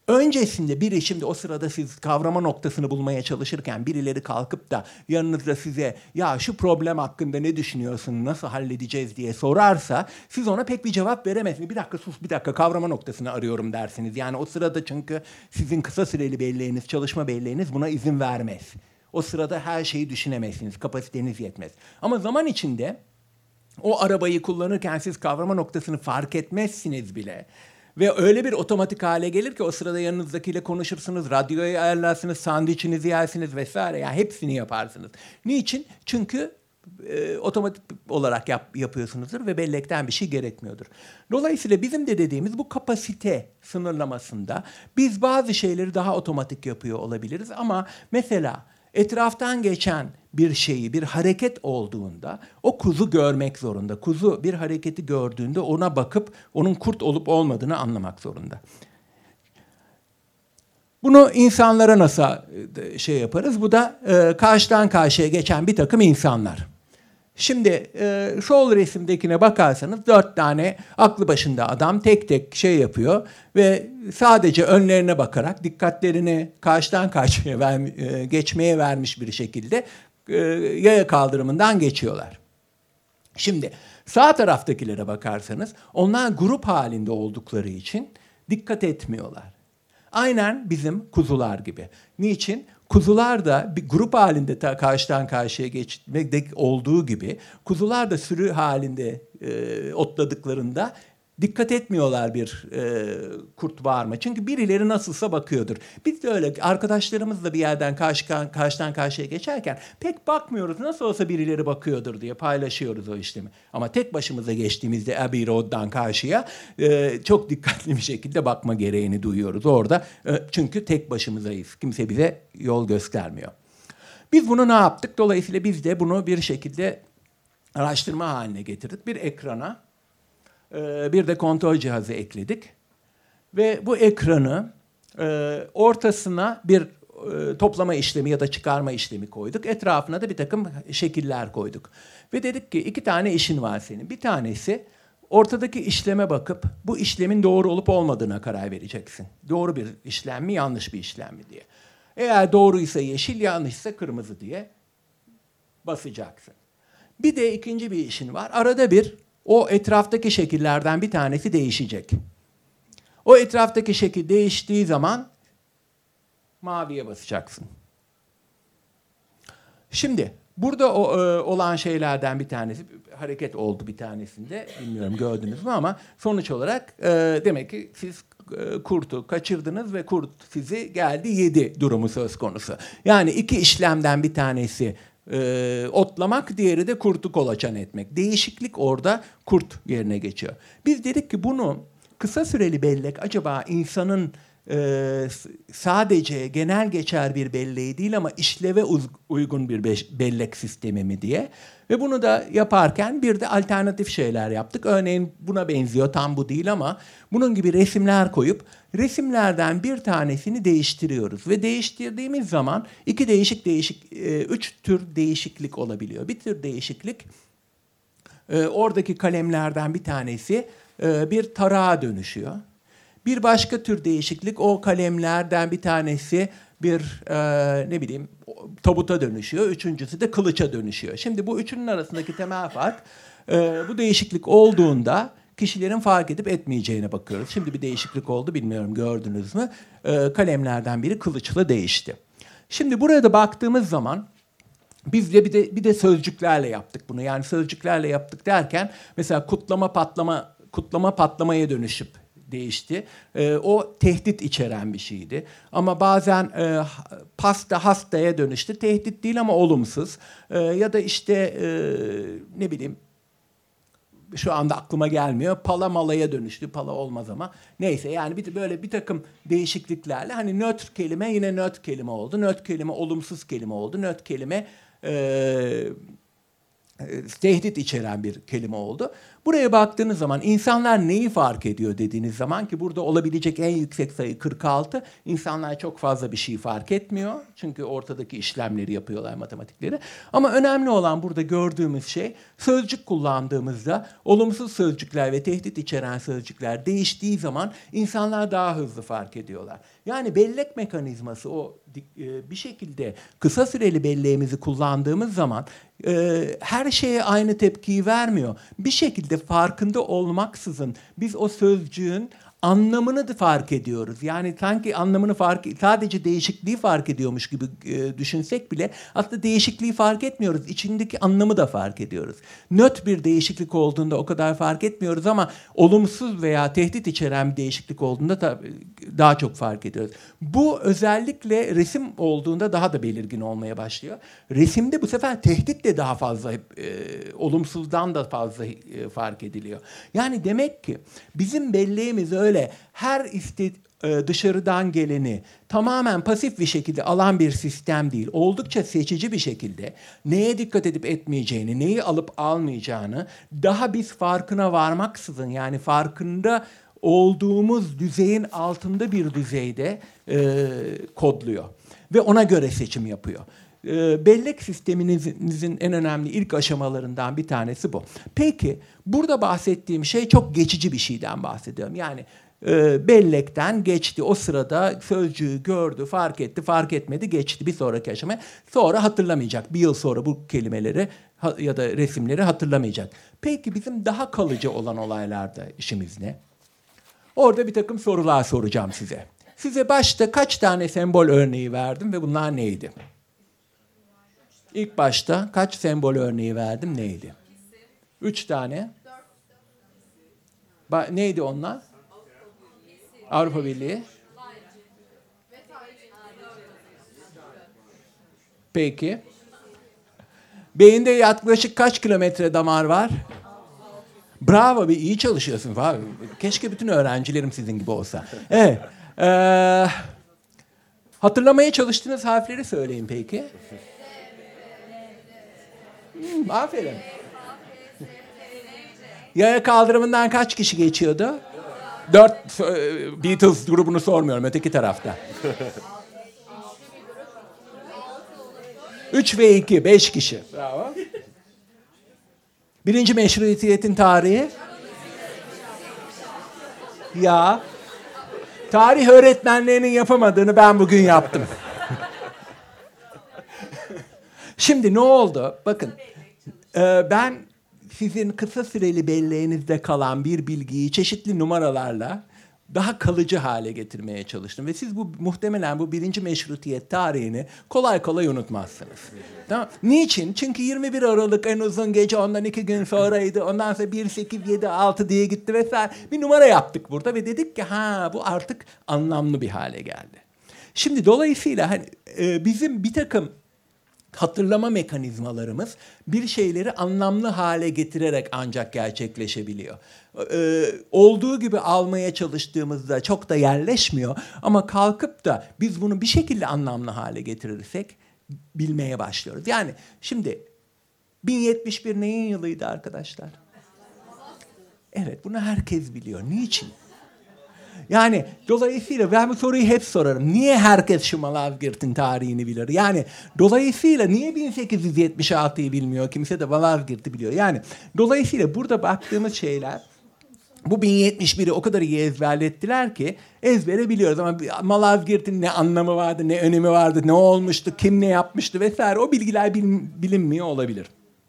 Öncesinde biri, şimdi o sırada siz kavrama noktasını bulmaya çalışırken birileri kalkıp da yanınızda size ya şu problem hakkında ne düşünüyorsun, nasıl halledeceğiz diye sorarsa siz ona pek bir cevap veremezsiniz. Bir dakika sus, bir dakika, kavrama noktasını arıyorum dersiniz. Yani o sırada, çünkü sizin kısa süreli belleğiniz, çalışma belleğiniz buna izin vermez. O sırada her şeyi düşünemezsiniz, kapasiteniz yetmez. Ama zaman içinde o arabayı kullanırken siz kavrama noktasını fark etmezsiniz bile. Ve öyle bir otomatik hale gelir ki o sırada yanınızdakiyle konuşursunuz, radyoyu ayarlarsınız, sandviçinizi yersiniz vesaire. Yani hepsini yaparsınız. Niçin? Çünkü otomatik olarak yapıyorsunuzdur ve bellekten bir şey gerekmiyordur. Dolayısıyla bizim de dediğimiz bu kapasite sınırlamasında biz bazı şeyleri daha otomatik yapıyor olabiliriz. Ama mesela etraftan geçen bir şeyi, bir hareket olduğunda o kuzu görmek zorunda. Kuzu bir hareketi gördüğünde ona bakıp onun kurt olup olmadığını anlamak zorunda. Bunu insanlara nasıl şey yaparız? Bu da karşıdan karşıya geçen bir takım insanlar. Şimdi sol resimdekine bakarsanız 4 tane aklı başında adam tek tek şey yapıyor ve sadece önlerine bakarak dikkatlerini karşıdan karşıya geçmeye vermiş bir şekilde yaya kaldırımından geçiyorlar. Şimdi sağ taraftakilere bakarsanız onlar grup halinde oldukları için dikkat etmiyorlar. Aynen bizim kuzular gibi. Niçin? Kuzular da bir grup halinde karşıdan karşıya geçmek olduğu gibi kuzular da sürü halinde otladıklarında dikkat etmiyorlar bir kurt var mı? Çünkü birileri nasılsa bakıyordur. Biz de öyle arkadaşlarımızla bir yerden karşıdan karşıya geçerken pek bakmıyoruz. Nasıl olsa birileri bakıyordur diye paylaşıyoruz o işlemi. Ama tek başımıza geçtiğimizde Abbey Road'dan karşıya çok dikkatli bir şekilde bakma gereğini duyuyoruz orada. Çünkü tek başımızayız. Kimse bize yol göstermiyor. Biz bunu ne yaptık? Dolayısıyla biz de bunu bir şekilde araştırma haline getirdik. Bir ekrana bir de kontrol cihazı ekledik. Ve bu ekranı ortasına bir toplama işlemi ya da çıkarma işlemi koyduk. Etrafına da bir takım şekiller koyduk. Ve dedik ki 2 tane işin var senin. Bir tanesi ortadaki işleme bakıp bu işlemin doğru olup olmadığına karar vereceksin. Doğru bir işlem mi, yanlış bir işlem mi diye. Eğer doğruysa yeşil, yanlışsa kırmızı diye basacaksın. Bir de ikinci bir işin var. Arada bir o etraftaki şekillerden bir tanesi değişecek. O etraftaki şekil değiştiği zaman maviye basacaksın. Şimdi burada olan şeylerden bir tanesi, hareket oldu bir tanesinde, bilmiyorum gördünüz mü ama sonuç olarak demek ki siz kurtu kaçırdınız ve kurt sizi geldi yedi durumu söz konusu. Yani 2 işlemden bir tanesi otlamak, diğeri de kurtu kolaçan etmek. Değişiklik orada kurt yerine geçiyor. Biz dedik ki bunu kısa süreli bellek acaba insanın sadece genel geçer bir belleği değil ama işleve uygun bir bellek sistemi mi diye. Ve bunu da yaparken bir de alternatif şeyler yaptık. Örneğin buna benziyor, tam bu değil ama bunun gibi resimler koyup resimlerden bir tanesini değiştiriyoruz. Ve değiştirdiğimiz zaman 3 tür değişiklik olabiliyor. Bir tür değişiklik oradaki kalemlerden bir tanesi bir tarağa dönüşüyor. Bir başka tür değişiklik o kalemlerden bir tanesi bir tabuta dönüşüyor. Üçüncüsü de kılıça dönüşüyor. Şimdi bu üçünün arasındaki temel fark bu değişiklik olduğunda kişilerin fark edip etmeyeceğine bakıyoruz. Şimdi bir değişiklik oldu, bilmiyorum gördünüz mü? Kalemlerden biri kılıçla değişti. Şimdi burada baktığımız zaman biz de bir de sözcüklerle yaptık bunu. Yani sözcüklerle yaptık derken mesela kutlama patlamaya dönüşüp değişti. O tehdit içeren bir şeydi. Ama bazen pasta hastaya dönüştü. Tehdit değil ama olumsuz. Ya da işte şu anda aklıma gelmiyor. Pala malaya dönüştü. Pala olmaz ama. Neyse yani böyle bir takım değişikliklerle hani nötr kelime yine nötr kelime oldu. Nötr kelime olumsuz kelime oldu. Nötr kelime tehdit içeren bir kelime oldu. Buraya baktığınız zaman insanlar neyi fark ediyor dediğiniz zaman, ki burada olabilecek en yüksek sayı 46. İnsanlar çok fazla bir şey fark etmiyor. Çünkü ortadaki işlemleri yapıyorlar, matematikleri. Ama önemli olan burada gördüğümüz şey, sözcük kullandığımızda olumsuz sözcükler ve tehdit içeren sözcükler değiştiği zaman insanlar daha hızlı fark ediyorlar. Yani bellek mekanizması, o bir şekilde kısa süreli belleğimizi kullandığımız zaman her şeye aynı tepkiyi vermiyor. Bir şekilde farkında olmaksızın biz o sözcüğün anlamını da fark ediyoruz. Yani sanki anlamını sadece değişikliği fark ediyormuş gibi düşünsek bile aslında değişikliği fark etmiyoruz. İçindeki anlamı da fark ediyoruz. Nötr bir değişiklik olduğunda o kadar fark etmiyoruz ama olumsuz veya tehdit içeren bir değişiklik olduğunda daha çok fark ediyoruz. Bu özellikle resim olduğunda daha da belirgin olmaya başlıyor. Resimde bu sefer tehdit de daha fazla, olumsuzdan da fazla fark ediliyor. Yani demek ki bizim belleğimiz öyle her dışarıdan geleni tamamen pasif bir şekilde alan bir sistem değil. Oldukça seçici bir şekilde neye dikkat edip etmeyeceğini, neyi alıp almayacağını daha biz farkına varmaksızın, yani farkında olduğumuz düzeyin altında bir düzeyde kodluyor. Ve ona göre seçim yapıyor. Bellek sisteminizin en önemli ilk aşamalarından bir tanesi bu. Peki burada bahsettiğim şey çok geçici bir şeyden bahsediyorum. Yani bellekten geçti. O sırada sözcüğü gördü, fark etti, fark etmedi, geçti bir sonraki aşamaya. Sonra hatırlamayacak. Bir yıl sonra bu kelimeleri ya da resimleri hatırlamayacak. Peki bizim daha kalıcı olan olaylarda işimiz ne? Orada bir takım sorular soracağım size. Size başta kaç tane sembol örneği verdim ve bunlar neydi? İlk başta kaç sembol örneği verdim, neydi? 3 tane. Neydi onlar? Avrupa Birliği. Peki. Beyinde yaklaşık kaç kilometre damar var? Bravo, bir iyi çalışıyorsun. Keşke bütün öğrencilerim sizin gibi olsa. Evet. Hatırlamaya çalıştığınız harfleri söyleyin peki. Aferin. Yaya kaldırımından kaç kişi geçiyordu? 4, Beatles grubunu sormuyorum, öteki tarafta. 3 ve 2, 5 kişi. Bravo. Birinci meşrutiyetin tarihi? Ya. Tarih öğretmenlerinin yapamadığını ben bugün yaptım. Şimdi ne oldu? Bakın, ben sizin kısa süreli belleğinizde kalan bir bilgiyi çeşitli numaralarla daha kalıcı hale getirmeye çalıştım. Ve siz muhtemelen bu birinci meşrutiyet tarihini kolay kolay unutmazsınız. Tamam. Niçin? Çünkü 21 Aralık en uzun gece, ondan 2 gün sonraydı. Ondan sonra 1, 8, 7, 6 diye gitti vesaire. Bir numara yaptık burada ve dedik ki bu artık anlamlı bir hale geldi. Şimdi dolayısıyla bizim bir takım hatırlama mekanizmalarımız bir şeyleri anlamlı hale getirerek ancak gerçekleşebiliyor. Olduğu gibi almaya çalıştığımızda çok da yerleşmiyor ama kalkıp da biz bunu bir şekilde anlamlı hale getirirsek bilmeye başlıyoruz. Yani şimdi 1071 neyin yılıydı arkadaşlar? Evet, bunu herkes biliyor. Niçin? Yani dolayısıyla ben bu soruyu hep sorarım. Niye herkes şu Malazgirt'in tarihini bilir? Yani dolayısıyla niye 1876'yı bilmiyor? Kimse de Malazgirt'i biliyor. Yani dolayısıyla burada baktığımız şeyler, bu 1071'i o kadar iyi ezberlettiler ki ezbere biliyoruz. Ama Malazgirt'in ne anlamı vardı, ne önemi vardı, ne olmuştu, kim ne yapmıştı vesaire, o bilgiler bilinmiyor olabilir.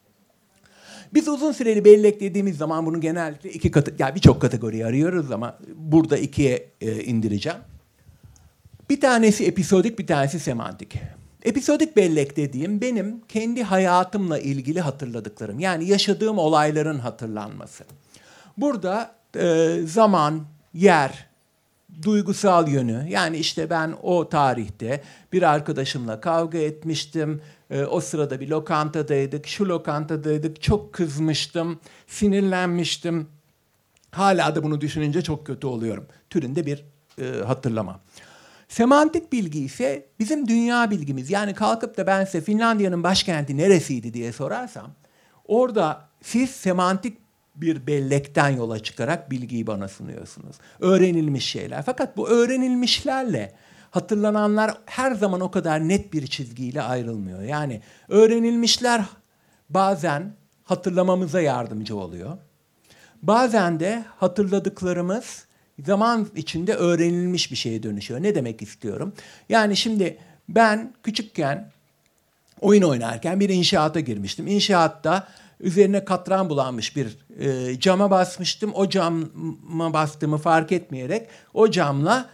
Biz uzun süreli bellek dediğimiz zaman bunu genellikle birçok kategoriye arıyoruz ama burada 2'ye indireceğim. Bir tanesi episodik, bir tanesi semantik. Episodik bellek dediğim benim kendi hayatımla ilgili hatırladıklarım. Yani yaşadığım olayların hatırlanması. Burada zaman, yer, duygusal yönü, yani işte ben o tarihte bir arkadaşımla kavga etmiştim. O sırada bir lokantadaydık, şu lokantadaydık, çok kızmıştım, sinirlenmiştim. Hala da bunu düşününce çok kötü oluyorum türünde bir hatırlama. Semantik bilgi ise bizim dünya bilgimiz. Yani kalkıp da ben size Finlandiya'nın başkenti neresiydi diye sorarsam, Orada siz semantik bir bellekten yola çıkarak bilgiyi bana sunuyorsunuz. Öğrenilmiş şeyler. Fakat bu öğrenilmişlerle hatırlananlar her zaman o kadar net bir çizgiyle ayrılmıyor. Yani öğrenilmişler bazen hatırlamamıza yardımcı oluyor. Bazen de hatırladıklarımız zaman içinde öğrenilmiş bir şeye dönüşüyor. Ne demek istiyorum? Yani şimdi ben küçükken oyun oynarken bir inşaata girmiştim. İnşaatta üzerine katran bulanmış bir cama basmıştım. O cama bastığımı fark etmeyerek o camla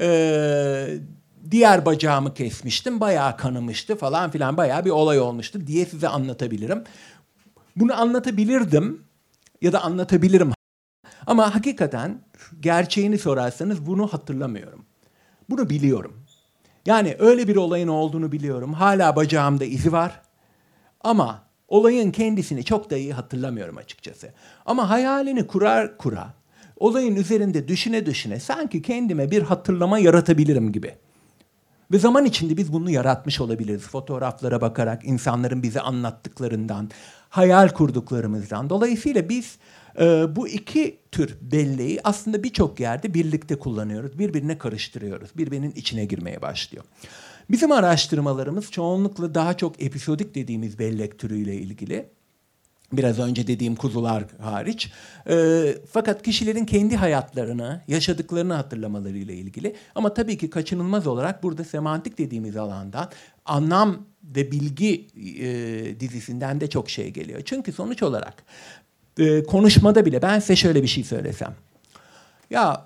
diğer bacağımı kesmiştim. Bayağı kanamıştı falan filan, bayağı bir olay olmuştu diye size anlatabilirim. Bunu anlatabilirdim ya da anlatabilirim. Ama hakikaten gerçeğini sorarsanız bunu hatırlamıyorum. Bunu biliyorum. Yani öyle bir olayın olduğunu biliyorum. Hala bacağımda izi var. Ama olayın kendisini çok da iyi hatırlamıyorum açıkçası. Ama hayalini kurar kura, olayın üzerinde düşüne sanki kendime bir hatırlama yaratabilirim gibi. Ve zaman içinde biz bunu yaratmış olabiliriz. Fotoğraflara bakarak, insanların bize anlattıklarından, hayal kurduklarımızdan. Dolayısıyla biz bu iki tür belleği aslında birçok yerde birlikte kullanıyoruz. Birbirine karıştırıyoruz. Birbirinin içine girmeye başlıyor. Bizim araştırmalarımız çoğunlukla daha çok episodik dediğimiz bellek türüyle ilgili. Biraz önce dediğim kuzular hariç. Fakat kişilerin kendi hayatlarını, yaşadıklarını hatırlamalarıyla ilgili. Ama tabii ki kaçınılmaz olarak burada semantik dediğimiz alandan anlam ve bilgi dizisinden de çok şey geliyor. Çünkü sonuç olarak konuşmada bile ben size şöyle bir şey söylesem. Ya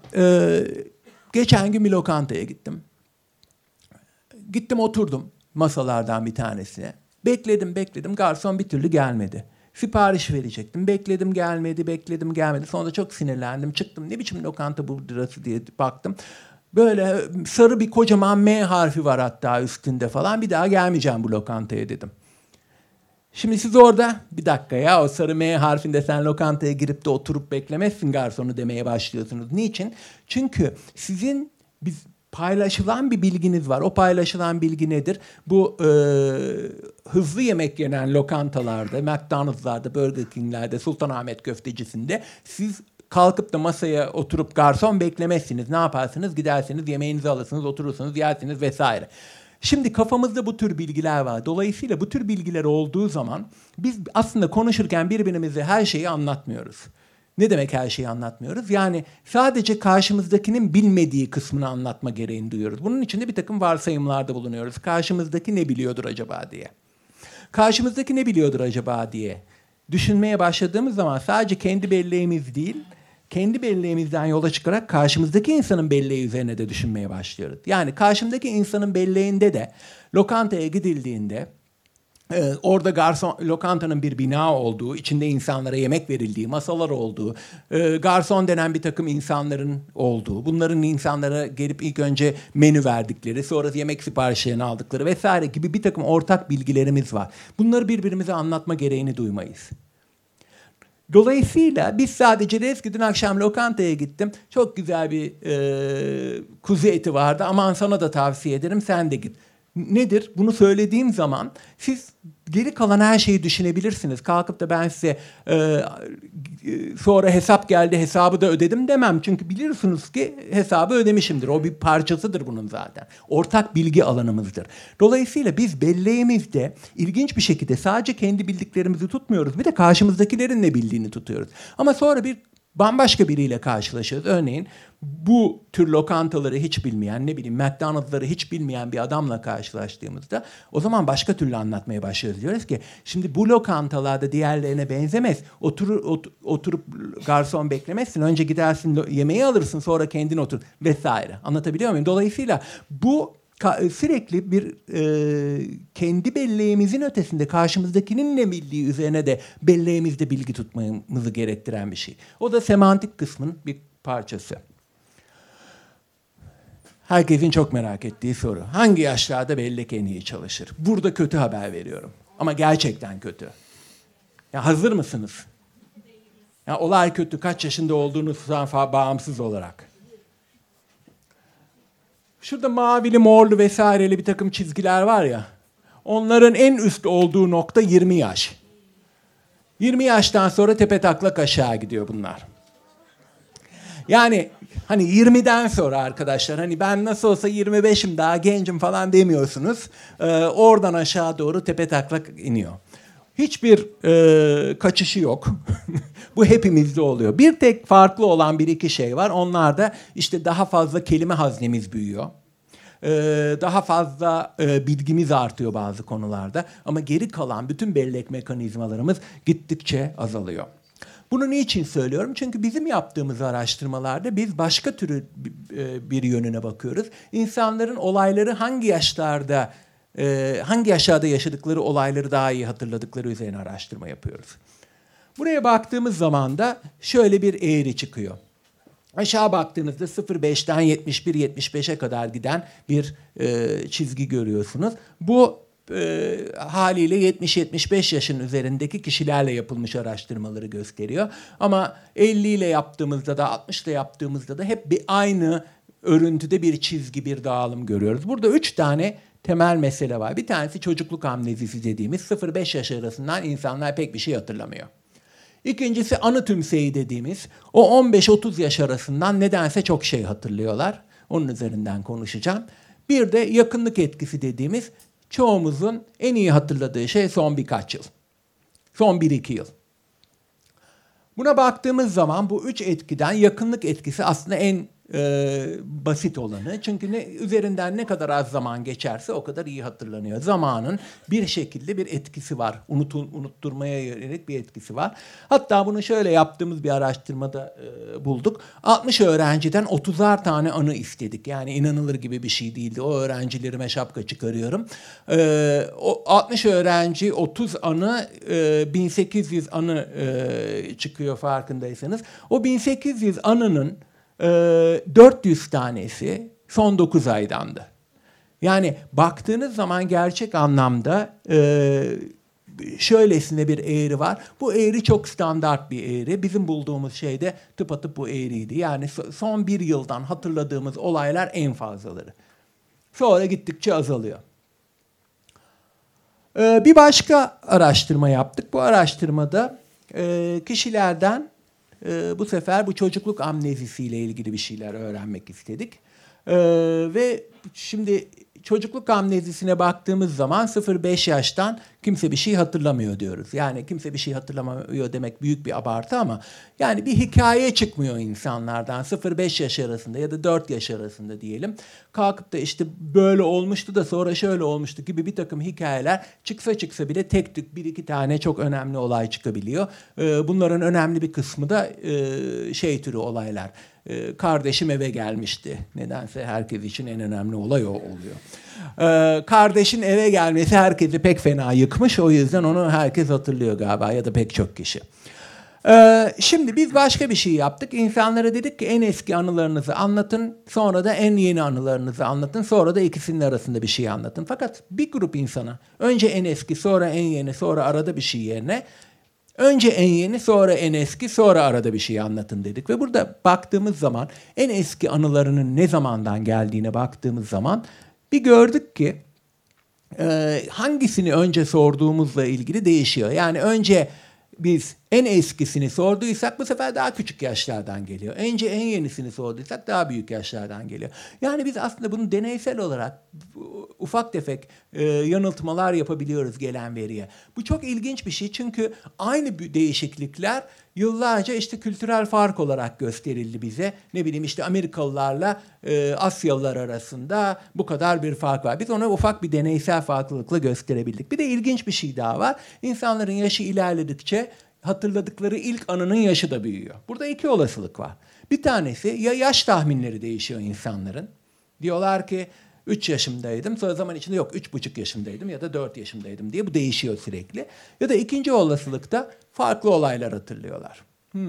geçen gün bir lokantaya gittim. Gittim oturdum masalardan bir tanesine. Bekledim. Garson bir türlü gelmedi. Sipariş verecektim. Bekledim gelmedi. Sonra çok sinirlendim. Çıktım. Ne biçim lokanta bu burası diye baktım. Böyle sarı bir kocaman M harfi var hatta üstünde falan. Bir daha gelmeyeceğim bu lokantaya dedim. Şimdi siz orada bir dakika ya o sarı M harfinde sen lokantaya girip de oturup beklemezsin garsonu demeye başlıyorsunuz. Niçin? Çünkü sizin paylaşılan bir bilginiz var. O paylaşılan bilgi nedir? Bu hızlı yemek yenen lokantalarda, McDonald's'larda, Burger King'lerde, Sultanahmet Köftecisi'nde siz kalkıp da masaya oturup garson beklemezsiniz. Ne yaparsınız? Gidersiniz, yemeğinizi alırsınız, oturursunuz, yersiniz vesaire. Şimdi kafamızda bu tür bilgiler var. Dolayısıyla bu tür bilgiler olduğu zaman biz aslında konuşurken birbirimize her şeyi anlatmıyoruz. Ne demek her şeyi anlatmıyoruz? Yani sadece karşımızdakinin bilmediği kısmını anlatma gereğini duyuyoruz. Bunun için de bir takım varsayımlarda bulunuyoruz. Karşımızdaki ne biliyordur acaba diye. Karşımızdaki ne biliyordur acaba diye düşünmeye başladığımız zaman sadece kendi belleğimiz değil, kendi belleğimizden yola çıkarak karşımızdaki insanın belleği üzerine de düşünmeye başlıyoruz. Yani karşımdaki insanın belleğinde de lokantaya gidildiğinde orada lokantanın bir bina olduğu, içinde insanlara yemek verildiği, masalar olduğu, garson denen bir takım insanların olduğu, bunların insanlara gelip ilk önce menü verdikleri, sonra yemek siparişlerini aldıkları vesaire gibi bir takım ortak bilgilerimiz var. Bunları birbirimize anlatma gereğini duymayız. Dolayısıyla biz sadece deriz ki dün akşam lokantaya gittim. Çok güzel bir kuzu eti vardı. Aman sana da tavsiye ederim sen de git. Nedir? Bunu söylediğim zaman siz geri kalan her şeyi düşünebilirsiniz. Kalkıp da ben size sonra hesap geldi hesabı da ödedim demem. Çünkü biliyorsunuz ki hesabı ödemişimdir. O bir parçasıdır bunun zaten. Ortak bilgi alanımızdır. Dolayısıyla biz belleğimizde ilginç bir şekilde sadece kendi bildiklerimizi tutmuyoruz. Bir de karşımızdakilerin ne bildiğini tutuyoruz. Ama sonra bir bambaşka biriyle karşılaşıyoruz. Örneğin bu tür lokantaları hiç bilmeyen, ne bileyim McDonald's'ları hiç bilmeyen bir adamla karşılaştığımızda o zaman başka türlü anlatmaya başlıyoruz. Diyoruz ki şimdi bu lokantalarda diğerlerine benzemez. Oturup garson beklemezsin. Önce gidersin yemeği alırsın sonra kendin otur vesaire. Anlatabiliyor muyum? Dolayısıyla bu sürekli bir kendi belleğimizin ötesinde karşımızdakinin ne bildiği üzerine de belleğimizde bilgi tutmamızı gerektiren bir şey. O da semantik kısmın bir parçası. Herkesin çok merak ettiği soru. Hangi yaşlarda bellek en iyi çalışır? Burada kötü haber veriyorum. Ama gerçekten kötü. Ya hazır mısınız? Ya olay kötü. Kaç yaşında olduğunuzdan bağımsız olarak. Şurada mavili, morlu vesaireli bir takım çizgiler var ya. Onların en üst olduğu nokta 20 yaş. 20 yaştan sonra tepetaklak aşağı gidiyor bunlar. Yani hani 20'den sonra arkadaşlar, hani ben nasıl olsa 25'im, daha gencim falan demiyorsunuz. Oradan aşağı doğru tepetaklak iniyor. Hiçbir kaçışı yok. Bu hepimizde oluyor. Bir tek farklı olan bir iki şey var. Onlar da işte daha fazla kelime haznemiz büyüyor. Daha fazla bilgimiz artıyor bazı konularda. Ama geri kalan bütün bellek mekanizmalarımız gittikçe azalıyor. Bunu niçin söylüyorum? Çünkü bizim yaptığımız araştırmalarda biz başka türü bir yönüne bakıyoruz. İnsanların olayları hangi yaşlarda yaşadıkları olayları daha iyi hatırladıkları üzerine araştırma yapıyoruz. Buraya baktığımız zaman da şöyle bir eğri çıkıyor. Aşağı baktığınızda 0,5'ten 71-75'e kadar giden bir çizgi görüyorsunuz. Bu haliyle 70-75 yaşın üzerindeki kişilerle yapılmış araştırmaları gösteriyor. Ama 50 ile yaptığımızda da 60 ile yaptığımızda da hep bir aynı örüntüde bir çizgi, bir dağılım görüyoruz. Burada 3 tane temel mesele var. Bir tanesi çocukluk amnezisi dediğimiz 0-5 yaş arasından insanlar pek bir şey hatırlamıyor. İkincisi anı tümseyi dediğimiz o 15-30 yaş arasından nedense çok şey hatırlıyorlar. Onun üzerinden konuşacağım. Bir de yakınlık etkisi dediğimiz çoğumuzun en iyi hatırladığı şey son birkaç yıl. Son 1-2 yıl. Buna baktığımız zaman bu 3 etkiden yakınlık etkisi aslında en basit olanı. Çünkü üzerinden ne kadar az zaman geçerse o kadar iyi hatırlanıyor. Zamanın bir şekilde bir etkisi var. Unutturmaya yönelik bir etkisi var. Hatta bunu şöyle yaptığımız bir araştırmada bulduk. 60 öğrenciden 30'ar tane anı istedik. Yani inanılır gibi bir şey değildi. O öğrencilerime şapka çıkarıyorum. O 60 öğrenci 30 anı 1800 anı çıkıyor farkındaysanız. O 1800 anının 400 tanesi son 9 aydandı. Yani baktığınız zaman gerçek anlamda şöylesine bir eğri var. Bu eğri çok standart bir eğri. Bizim bulduğumuz şey de tıpatıp bu eğriydi. Yani son bir yıldan hatırladığımız olaylar en fazlaları. Sonra gittikçe azalıyor. Bir başka araştırma yaptık. Bu araştırmada kişilerden bu sefer bu çocukluk amnezisiyle ilgili bir şeyler öğrenmek istedik. Ve şimdi çocukluk amnezisine baktığımız zaman 0-5 yaştan kimse bir şey hatırlamıyor diyoruz. Yani kimse bir şey hatırlamıyor demek büyük bir abartı ama yani bir hikaye çıkmıyor insanlardan 0-5 yaş arasında ya da 4 yaş arasında diyelim. Kalkıp da işte böyle olmuştu da sonra şöyle olmuştu gibi bir takım hikayeler çıksa bile tek tük 1-2 tane çok önemli olay çıkabiliyor. Bunların önemli bir kısmı da şey türü olaylar. Kardeşim eve gelmişti. Nedense herkes için en önemli olay o oluyor. Kardeşin eve gelmesi herkesi pek fena yıkmış. O yüzden onu herkes hatırlıyor galiba ya da pek çok kişi. Şimdi biz başka bir şey yaptık. İnsanlara dedik ki en eski anılarınızı anlatın. Sonra da en yeni anılarınızı anlatın. Sonra da ikisinin arasında bir şey anlatın. Fakat bir grup insana önce en eski, sonra en yeni, sonra arada bir şey yerine önce en yeni, sonra en eski, sonra arada bir şey anlatın dedik. Ve burada baktığımız zaman en eski anılarının ne zamandan geldiğine baktığımız zaman bir gördük ki hangisini önce sorduğumuzla ilgili değişiyor. Yani önce biz en eskisini sorduysak bu sefer daha küçük yaşlardan geliyor. Önce en yenisini sorduysak daha büyük yaşlardan geliyor. Yani biz aslında bunu deneysel olarak ufak tefek yanıltmalar yapabiliyoruz gelen veriye. Bu çok ilginç bir şey çünkü aynı değişiklikler yıllarca işte kültürel fark olarak gösterildi bize. Ne bileyim işte Amerikalılarla Asyalılar arasında bu kadar bir fark var. Biz onu ufak bir deneysel farklılıkla gösterebildik. Bir de ilginç bir şey daha var. İnsanların yaşı ilerledikçe hatırladıkları ilk anının yaşı da büyüyor. Burada iki olasılık var. Bir tanesi ya yaş tahminleri değişiyor insanların. Diyorlar ki 3 yaşımdaydım. Sonra zaman içinde yok 3,5 yaşındaydım ya da 4 yaşındaydım diye bu değişiyor sürekli. Ya da ikinci olasılıkta farklı olaylar hatırlıyorlar.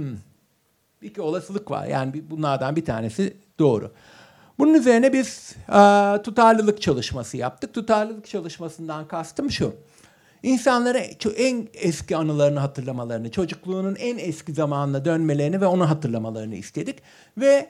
İki olasılık var. Yani bunlardan bir tanesi doğru. Bunun üzerine biz tutarlılık çalışması yaptık. Tutarlılık çalışmasından kastım şu. İnsanlara en eski anılarını hatırlamalarını, çocukluğunun en eski zamanına dönmelerini ve onu hatırlamalarını istedik. Ve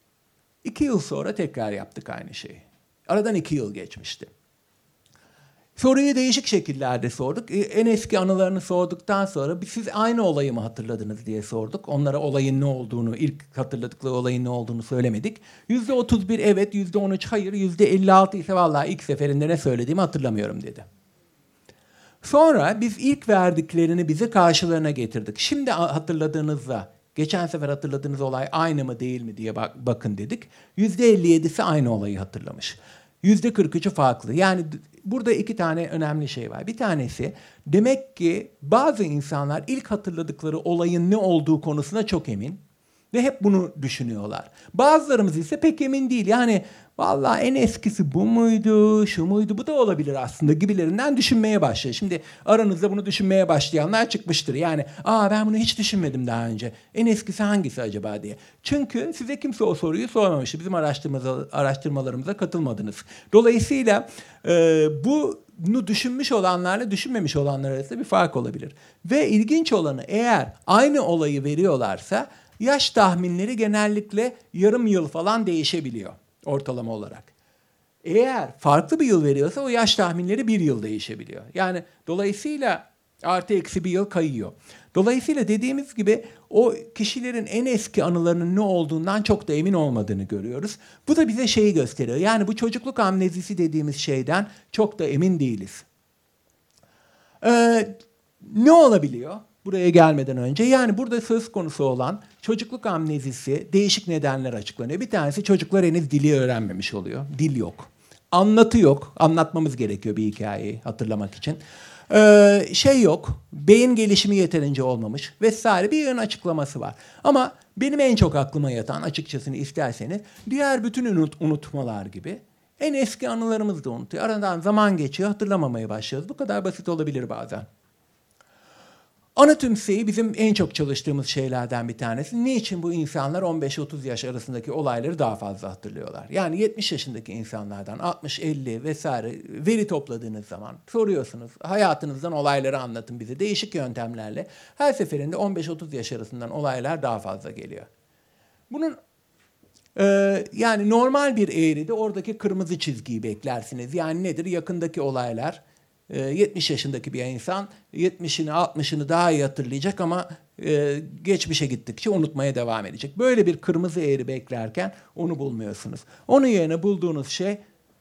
2 yıl sonra tekrar yaptık aynı şeyi. Aradan 2 yıl geçmişti. Soruyu değişik şekillerde sorduk. En eski anılarını sorduktan sonra siz aynı olayı mı hatırladınız diye sorduk. Onlara olayın ne olduğunu, ilk hatırladıkları olayın ne olduğunu söylemedik. %31 evet, %13 hayır, %56 ise vallahi ilk seferinde ne söylediğimi hatırlamıyorum dedi. Sonra biz ilk verdiklerini bize karşılarına getirdik. Şimdi hatırladığınızda, geçen sefer hatırladığınız olay aynı mı değil mi diye bakın dedik. %57'si aynı olayı hatırlamış. %43'ü farklı. Yani burada iki tane önemli şey var. Bir tanesi, demek ki bazı insanlar ilk hatırladıkları olayın ne olduğu konusunda çok emin ve hep bunu düşünüyorlar. Bazılarımız ise pek emin değil. Yani vallahi en eskisi bu muydu, şu muydu, bu da olabilir aslında gibilerinden düşünmeye başlıyor. Şimdi aranızda bunu düşünmeye başlayanlar çıkmıştır. Yani ben bunu hiç düşünmedim daha önce. En eskisi hangisi acaba diye. Çünkü size kimse o soruyu sormamıştı. Bizim araştırmalarımıza katılmadınız. Dolayısıyla bunu düşünmüş olanlarla düşünmemiş olanlar arasında bir fark olabilir. Ve ilginç olanı, eğer aynı olayı veriyorlarsa yaş tahminleri genellikle yarım yıl falan değişebiliyor ortalama olarak. Eğer farklı bir yıl veriyorsa o yaş tahminleri bir yıl değişebiliyor. Yani dolayısıyla artı eksi bir yıl kayıyor. Dolayısıyla dediğimiz gibi o kişilerin en eski anılarının ne olduğundan çok da emin olmadığını görüyoruz. Bu da bize şeyi gösteriyor. Yani bu çocukluk amnezisi dediğimiz şeyden çok da emin değiliz. Ne olabiliyor? Buraya gelmeden önce, yani burada söz konusu olan çocukluk amnezisi değişik nedenler açıklanıyor. Bir tanesi, çocuklar henüz dili öğrenmemiş oluyor. Dil yok. Anlatı yok. Anlatmamız gerekiyor bir hikayeyi hatırlamak için. Yok. Beyin gelişimi yeterince olmamış vesaire, bir yığın açıklaması var. Ama benim en çok aklıma yatan, açıkçasını isterseniz, diğer bütün unutmalar gibi en eski anılarımızı da unutuyor. Aradan zaman geçiyor, hatırlamamaya başlıyoruz. Bu kadar basit olabilir bazen. Ana tümseyi bizim en çok çalıştığımız şeylerden bir tanesi. Niçin bu insanlar 15-30 yaş arasındaki olayları daha fazla hatırlıyorlar? Yani 70 yaşındaki insanlardan 60-50 vesaire veri topladığınız zaman soruyorsunuz. Hayatınızdan olayları anlatın bize değişik yöntemlerle. Her seferinde 15-30 yaş arasından olaylar daha fazla geliyor. Bunun yani normal bir eğride oradaki kırmızı çizgiyi beklersiniz. Yani nedir? Yakındaki olaylar. 70 yaşındaki bir insan 70'ini 60'ını daha iyi hatırlayacak ama geçmişe gittikçe unutmaya devam edecek. Böyle bir kırmızı eğri beklerken onu bulmuyorsunuz. Onun yerine bulduğunuz şey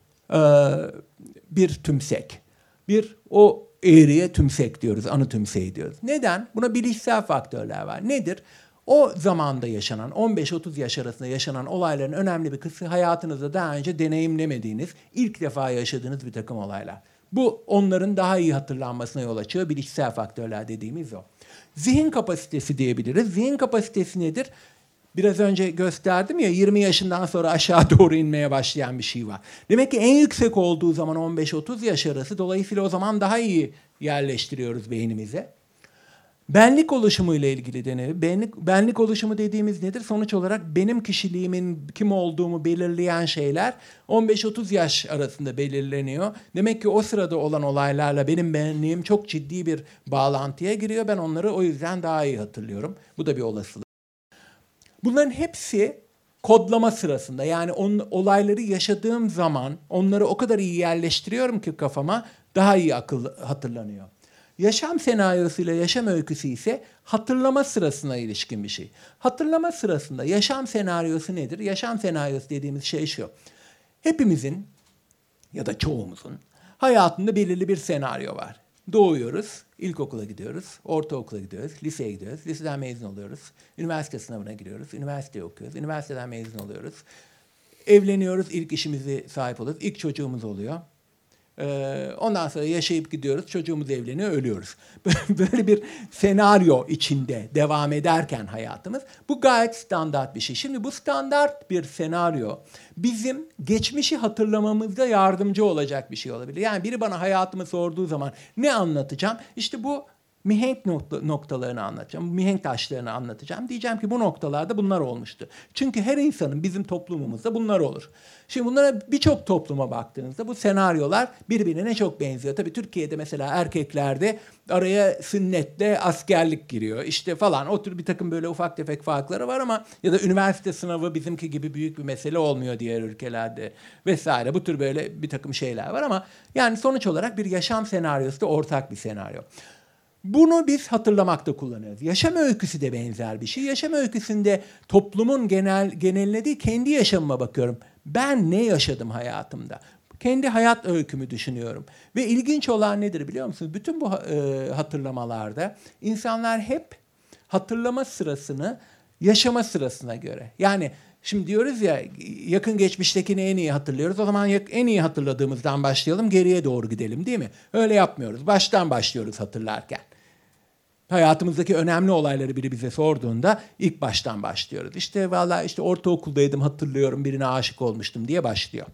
bir tümsek. O eğriye tümsek diyoruz, anı tümseği diyoruz. Neden? Buna bilişsel faktörler var. Nedir? O zamanda yaşanan, 15-30 yaş arasında yaşanan olayların önemli bir kısmı hayatınızda daha önce deneyimlemediğiniz, ilk defa yaşadığınız bir takım olaylar. Bu onların daha iyi hatırlanmasına yol açıyor. Bilişsel faktörler dediğimiz o. Zihin kapasitesi diyebiliriz. Zihin kapasitesi nedir? Biraz önce gösterdim ya, 20 yaşından sonra aşağı doğru inmeye başlayan bir şey var. Demek ki en yüksek olduğu zaman 15-30 yaş arası. Dolayısıyla o zaman daha iyi yerleştiriyoruz beynimize. Benlik oluşumu ile ilgili denir. Benlik oluşumu dediğimiz nedir? Sonuç olarak benim kişiliğimin kim olduğumu belirleyen şeyler 15-30 yaş arasında belirleniyor. Demek ki o sırada olan olaylarla benim benliğim çok ciddi bir bağlantıya giriyor. Ben onları o yüzden daha iyi hatırlıyorum. Bu da bir olasılık. Bunların hepsi kodlama sırasında, yani olayları yaşadığım zaman onları o kadar iyi yerleştiriyorum ki kafama daha iyi hatırlanıyor. Yaşam senaryosuyla yaşam öyküsü ise hatırlama sırasına ilişkin bir şey. Hatırlama sırasında yaşam senaryosu nedir? Yaşam senaryosu dediğimiz şey şu. Hepimizin ya da çoğumuzun hayatında belirli bir senaryo var. Doğuyoruz, ilkokula gidiyoruz, ortaokula gidiyoruz, liseye gidiyoruz, liseden mezun oluyoruz, üniversite sınavına giriyoruz, üniversite okuyoruz, üniversiteden mezun oluyoruz, evleniyoruz, ilk işimizi sahip oluyoruz, ilk çocuğumuz oluyor. Ondan sonra yaşayıp gidiyoruz, çocuğumuz evleniyor, ölüyoruz. Böyle bir senaryo içinde devam ederken hayatımız, bu gayet standart bir şey. Şimdi bu standart bir senaryo bizim geçmişi hatırlamamızda yardımcı olacak bir şey olabilir. Yani biri bana hayatımı sorduğu zaman ne anlatacağım? İşte bu mihenk noktalarını anlatacağım. Mihenk taşlarını anlatacağım. Diyeceğim ki bu noktalarda bunlar olmuştu. Çünkü her insanın bizim toplumumuzda bunlar olur. Şimdi bunlara birçok topluma baktığınızda bu senaryolar birbirine çok benziyor. Tabii Türkiye'de mesela erkeklerde araya sünnetle askerlik giriyor. İşte falan o tür bir takım böyle ufak tefek farkları var ama ya da üniversite sınavı bizimki gibi büyük bir mesele olmuyor diğer ülkelerde vesaire. Bu tür böyle bir takım şeyler var ama yani sonuç olarak bir yaşam senaryosu da ortak bir senaryo. Bunu biz hatırlamakta kullanıyoruz. Yaşam öyküsü de benzer bir şey. Yaşam öyküsünde toplumun geneline değil kendi yaşamıma bakıyorum. Ben ne yaşadım hayatımda? Kendi hayat öykümü düşünüyorum. Ve ilginç olan nedir biliyor musunuz? Bütün bu hatırlamalarda insanlar hep hatırlama sırasını yaşama sırasına göre. Yani şimdi diyoruz ya yakın geçmiştekini en iyi hatırlıyoruz. O zaman en iyi hatırladığımızdan başlayalım, geriye doğru gidelim değil mi? Öyle yapmıyoruz. Baştan başlıyoruz hatırlarken. Hayatımızdaki önemli olayları biri bize sorduğunda ilk baştan başlıyoruz. İşte vallahi işte ortaokuldaydım hatırlıyorum birine aşık olmuştum diye başlıyor.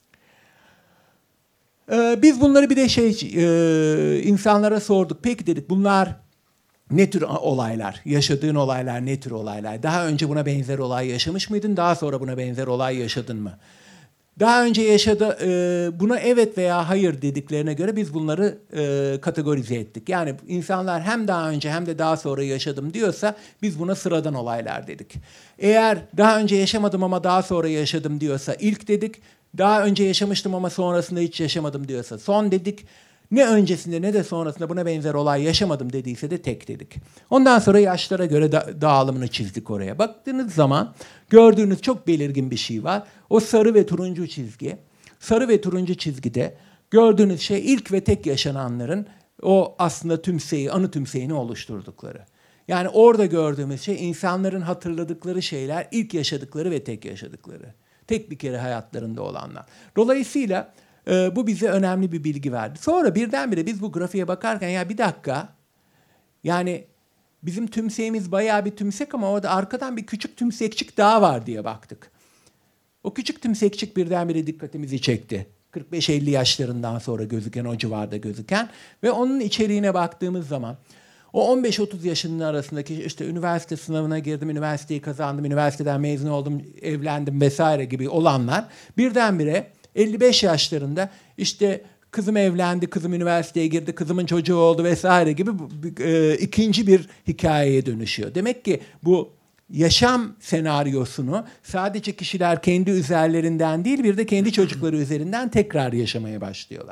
Biz bunları bir de insanlara sorduk. Peki dedik bunlar ne tür olaylar? Yaşadığın olaylar ne tür olaylar? Daha önce buna benzer olay yaşamış mıydın? Daha sonra buna benzer olay yaşadın mı? Daha önce buna evet veya hayır dediklerine göre biz bunları kategorize ettik. Yani insanlar hem daha önce hem de daha sonra yaşadım diyorsa biz buna sıradan olaylar dedik. Eğer daha önce yaşamadım ama daha sonra yaşadım diyorsa ilk dedik. Daha önce yaşamıştım ama sonrasında hiç yaşamadım diyorsa son dedik. Ne öncesinde ne de sonrasında buna benzer olay yaşamadım dediyse de tek dedik. Ondan sonra yaşlara göre dağılımını çizdik oraya. Baktığınız zaman gördüğünüz çok belirgin bir şey var. O sarı ve turuncu çizgi. Sarı ve turuncu çizgide gördüğünüz şey ilk ve tek yaşananların o aslında anı tümseyini oluşturdukları. Yani orada gördüğümüz şey insanların hatırladıkları şeyler, ilk yaşadıkları ve tek yaşadıkları. Tek bir kere hayatlarında olanlar. Dolayısıyla bu bize önemli bir bilgi verdi. Sonra birdenbire biz bu grafiğe bakarken ya bir dakika yani bizim tümseyimiz bayağı bir tümsek ama orada arkadan bir küçük tümsekçik daha var diye baktık. O küçük tümsekçik birdenbire dikkatimizi çekti. 45-50 yaşlarından sonra gözüken, o civarda gözüken ve onun içeriğine baktığımız zaman o 15-30 yaşının arasındaki işte üniversite sınavına girdim, üniversiteyi kazandım, üniversiteden mezun oldum, evlendim vesaire gibi olanlar birdenbire 55 yaşlarında işte kızım evlendi, kızım üniversiteye girdi, kızımın çocuğu oldu vesaire gibi ikinci bir hikayeye dönüşüyor. Demek ki bu yaşam senaryosunu sadece kişiler kendi üzerlerinden değil bir de kendi çocukları üzerinden tekrar yaşamaya başlıyorlar.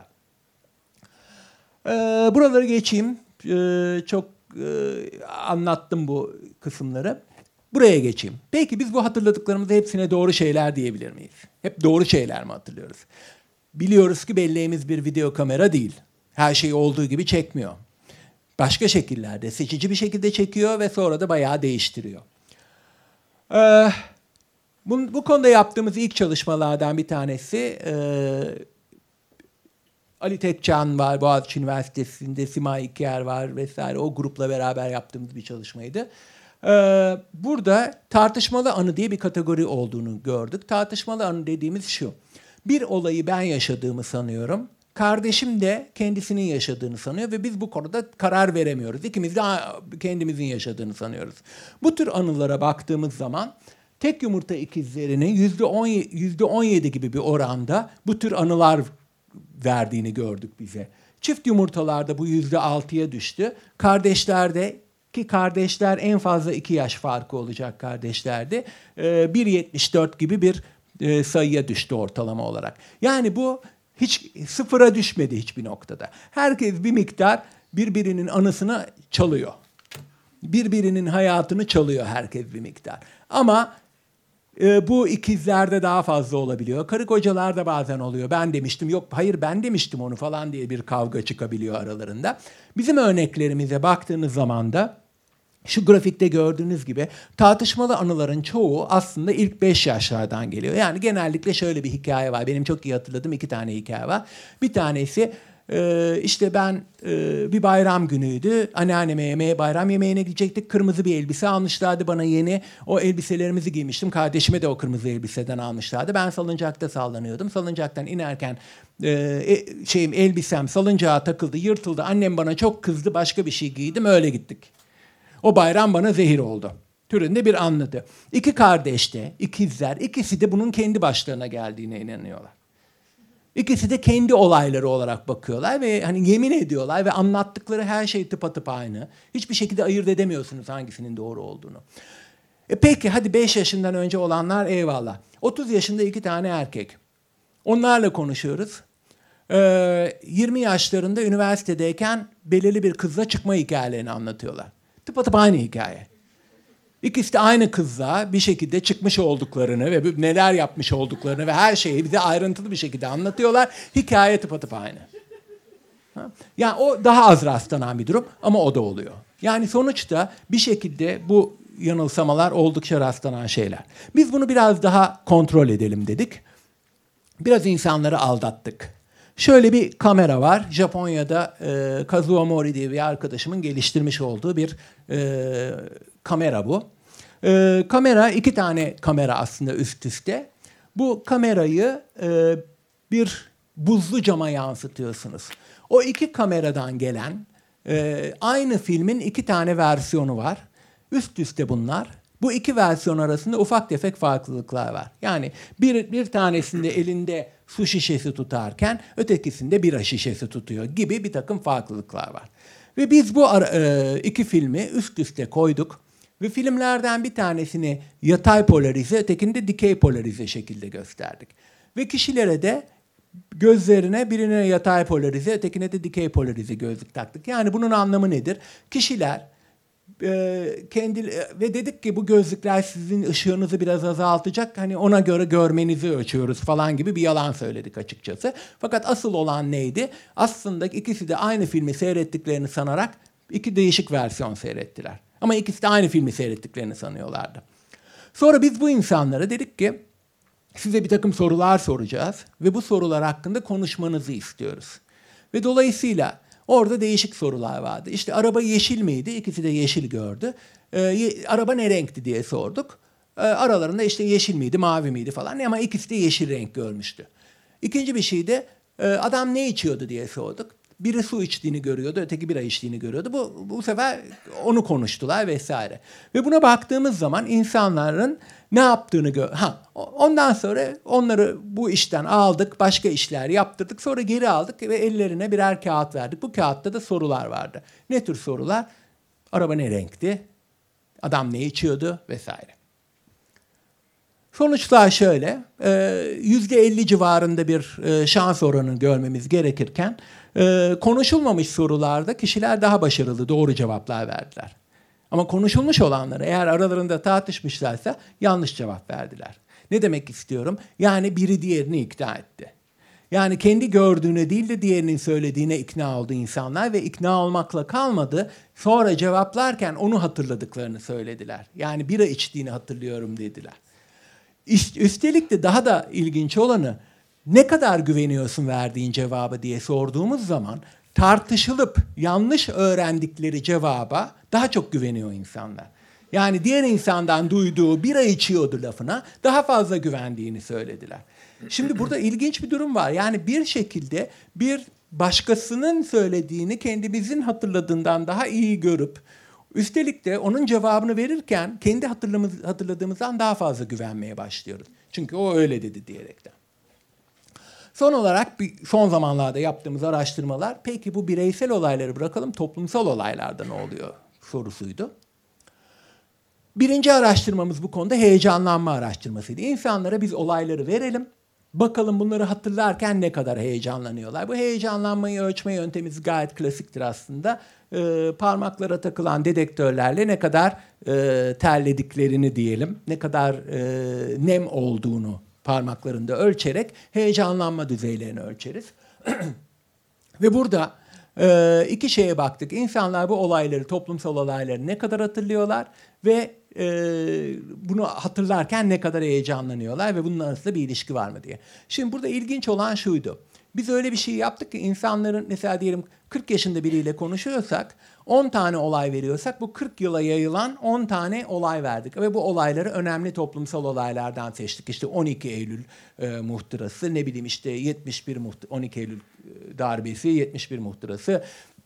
Buraları geçeyim. Çok anlattım bu kısımları. Buraya geçeyim. Peki biz bu hatırladıklarımızda hepsine doğru şeyler diyebilir miyiz? Hep doğru şeyler mi hatırlıyoruz? Biliyoruz ki belleğimiz bir video kamera değil. Her şeyi olduğu gibi çekmiyor. Başka şekillerde, seçici bir şekilde çekiyor ve sonra da bayağı değiştiriyor. Bu konuda yaptığımız ilk çalışmalardan bir tanesi Ali Tekcan var, Boğaziçi Üniversitesi'nde Simay İker var vesaire. O grupla beraber yaptığımız bir çalışmaydı. Burada tartışmalı anı diye bir kategori olduğunu gördük. Tartışmalı anı dediğimiz şu. Bir olayı ben yaşadığımı sanıyorum. Kardeşim de kendisinin yaşadığını sanıyor ve biz bu konuda karar veremiyoruz. İkimiz de kendimizin yaşadığını sanıyoruz. Bu tür anılara baktığımız zaman tek yumurta ikizlerinin %17 gibi bir oranda bu tür anılar verdiğini gördük bize. Çift yumurtalarda bu %6'ya düştü. Kardeşlerde ki kardeşler en fazla 2 yaş farkı olacak kardeşlerde 1,74 gibi bir sayıya düştü ortalama olarak. Yani bu hiç sıfıra düşmedi hiçbir noktada. Herkes bir miktar birbirinin anısını çalıyor. Birbirinin hayatını çalıyor herkes bir miktar. Ama bu ikizlerde daha fazla olabiliyor. Karı kocalarda bazen oluyor. Ben demiştim, yok hayır ben demiştim onu falan diye bir kavga çıkabiliyor aralarında. Bizim örneklerimize baktığınız zaman da şu grafikte gördüğünüz gibi tartışmalı anıların çoğu aslında ilk 5 yaşlardan geliyor. Yani genellikle şöyle bir hikaye var. Benim çok iyi hatırladığım 2 tane hikaye var. Bir tanesi İşte ben bir bayram günüydü. Anneanneme yemeğe, bayram yemeğine gidecektik. Kırmızı bir elbise almışlardı bana yeni. O elbiselerimizi giymiştim. Kardeşime de o kırmızı elbiseden almışlardı. Ben salıncakta sallanıyordum. Salıncaktan inerken elbisem salıncağa takıldı, yırtıldı. Annem bana çok kızdı. Başka bir şey giydim. Öyle gittik. O bayram bana zehir oldu türünde bir anlatı. İki kardeş de, ikizler, ikisi de bunun kendi başlarına geldiğine inanıyorlar. İkisi de kendi olayları olarak bakıyorlar ve hani yemin ediyorlar ve anlattıkları her şey tıpatıp aynı. Hiçbir şekilde ayırt edemiyorsunuz hangisinin doğru olduğunu. Peki hadi 5 yaşından önce olanlar eyvallah. 30 yaşında 2 tane erkek. Onlarla konuşuyoruz. 20 yaşlarında üniversitedeyken belirli bir kızla çıkma hikayelerini anlatıyorlar. Tıpatıp aynı hikaye. İkisi de aynı kızla bir şekilde çıkmış olduklarını ve neler yapmış olduklarını ve her şeyi bize ayrıntılı bir şekilde anlatıyorlar. Hikaye tıpatıp aynı. Yani o daha az rastlanan bir durum ama o da oluyor. Yani sonuçta bir şekilde bu yanılsamalar oldukça rastlanan şeyler. Biz bunu biraz daha kontrol edelim dedik. Biraz insanları aldattık. Şöyle bir kamera var. Japonya'da Kazuo Mori diye bir arkadaşımın geliştirmiş olduğu bir kamera bu. Kamera 2 tane kamera aslında üst üste. Bu kamerayı bir buzlu cama yansıtıyorsunuz. O 2 kameradan gelen aynı filmin 2 tane versiyonu var. Üst üste bunlar. Bu 2 versiyon arasında ufak tefek farklılıklar var. Yani bir tanesinde elinde su şişesi tutarken ötekisinde bira şişesi tutuyor gibi bir takım farklılıklar var. Ve biz bu 2 filmi üst üste koyduk ve filmlerden bir tanesini yatay polarize, ötekini de dikey polarize şekilde gösterdik. Ve kişilere de gözlerine birine yatay polarize, ötekine de dikey polarize gözlük taktık. Yani bunun anlamı nedir? Kişiler ve dedik ki bu gözlükler sizin ışığınızı biraz azaltacak. Hani ona göre görmenizi ölçüyoruz falan gibi bir yalan söyledik açıkçası. Fakat asıl olan neydi? Aslında ikisi de aynı filmi seyrettiklerini sanarak 2 değişik versiyon seyrettiler. Ama ikisi de aynı filmi seyrettiklerini sanıyorlardı. Sonra biz bu insanlara dedik ki size bir takım sorular soracağız ve bu sorular hakkında konuşmanızı istiyoruz. Ve dolayısıyla orada değişik sorular vardı. İşte araba yeşil miydi? İkisi de yeşil gördü. Araba ne renkti diye sorduk. Aralarında işte yeşil miydi, mavi miydi falan. Ama ikisi de yeşil renk görmüştü. İkinci bir şey de adam ne içiyordu diye sorduk. Biri su içtiğini görüyordu, öteki bira içtiğini görüyordu. Bu sefer onu konuştular vesaire. Ve buna baktığımız zaman insanların ne yaptığını ondan sonra onları bu işten aldık, başka işler yaptırdık. Sonra geri aldık ve ellerine birer kağıt verdik. Bu kağıtta da sorular vardı. Ne tür sorular? Araba ne renkti? Adam ne içiyordu? Vesaire. Sonuçlar şöyle, %50 civarında bir şans oranı görmemiz gerekirken konuşulmamış sorularda kişiler daha başarılı doğru cevaplar verdiler. Ama konuşulmuş olanlar eğer aralarında tartışmışlarsa yanlış cevap verdiler. Ne demek istiyorum? Yani biri diğerini ikna etti. Yani kendi gördüğüne değil de diğerinin söylediğine ikna oldu insanlar ve ikna olmakla kalmadı. Sonra cevaplarken onu hatırladıklarını söylediler. Yani bira içtiğini hatırlıyorum dediler. Üstelik de daha da ilginç olanı ne kadar güveniyorsun verdiğin cevabı diye sorduğumuz zaman tartışılıp yanlış öğrendikleri cevaba daha çok güveniyor insanlar. Yani diğer insandan duyduğu bira içiyordu lafına daha fazla güvendiğini söylediler. Şimdi burada ilginç bir durum var. Yani bir şekilde bir başkasının söylediğini kendimizin hatırladığından daha iyi görüp üstelik de onun cevabını verirken kendi hatırladığımızdan daha fazla güvenmeye başlıyoruz. Çünkü o öyle dedi diyerekten. Son olarak son zamanlarda yaptığımız araştırmalar, peki bu bireysel olayları bırakalım, toplumsal olaylarda ne oluyor sorusuydu. Birinci araştırmamız bu konuda heyecanlanma araştırmasıydı. İnsanlara biz olayları verelim, bakalım bunları hatırlarken ne kadar heyecanlanıyorlar. Bu heyecanlanmayı ölçme yöntemimiz gayet klasiktir aslında. Parmaklara takılan dedektörlerle ne kadar terlediklerini diyelim, ne kadar nem olduğunu parmaklarında ölçerek heyecanlanma düzeylerini ölçeriz. Ve burada 2 şeye baktık. İnsanlar bu olayları, toplumsal olayları ne kadar hatırlıyorlar ve bunu hatırlarken ne kadar heyecanlanıyorlar ve bunun arasında bir ilişki var mı diye. Şimdi burada ilginç olan şuydu. Biz öyle bir şey yaptık ki insanların mesela diyelim 40 yaşında biriyle konuşuyorsak 10 tane olay veriyorsak bu 40 yıla yayılan 10 tane olay verdik. Ve bu olayları önemli toplumsal olaylardan seçtik. İşte 12 Eylül muhtırası, ne bileyim işte 12 Eylül darbesi, 71 muhtırası.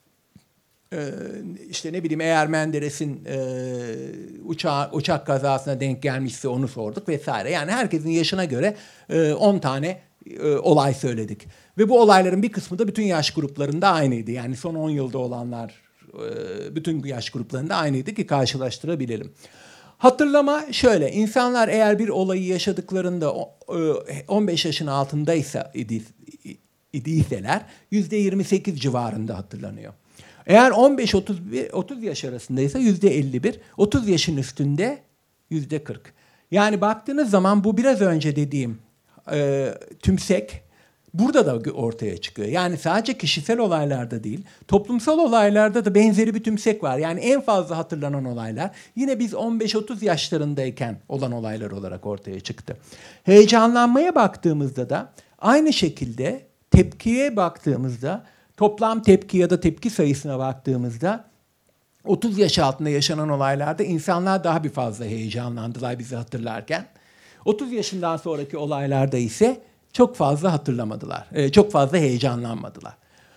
İşte ne bileyim eğer Menderes'in uçak kazasına denk gelmişse onu sorduk vesaire. Yani herkesin yaşına göre 10 tane olay söyledik. Ve bu olayların bir kısmı da bütün yaş gruplarında aynıydı. Yani son 10 yılda olanlar bütün yaş gruplarında aynıydı ki karşılaştırabilelim. Hatırlama şöyle, insanlar eğer bir olayı yaşadıklarında 15 yaşın altındaysa idiyseler %28 civarında hatırlanıyor. Eğer 15-30 yaş arasındaysa %51, 30 yaşın üstünde %40. Yani baktığınız zaman bu biraz önce dediğim tümsek burada da ortaya çıkıyor. Yani sadece kişisel olaylarda değil, toplumsal olaylarda da benzeri bir tümsek var. Yani en fazla hatırlanan olaylar yine biz 15-30 yaşlarındayken olan olaylar olarak ortaya çıktı. Heyecanlanmaya baktığımızda da aynı şekilde tepkiye baktığımızda, toplam tepki ya da tepki sayısına baktığımızda 30 yaş altında yaşanan olaylarda insanlar daha bir fazla heyecanlandılar bizi hatırlarken. 30 yaşından sonraki olaylarda ise çok fazla hatırlamadılar, çok fazla heyecanlanmadılar.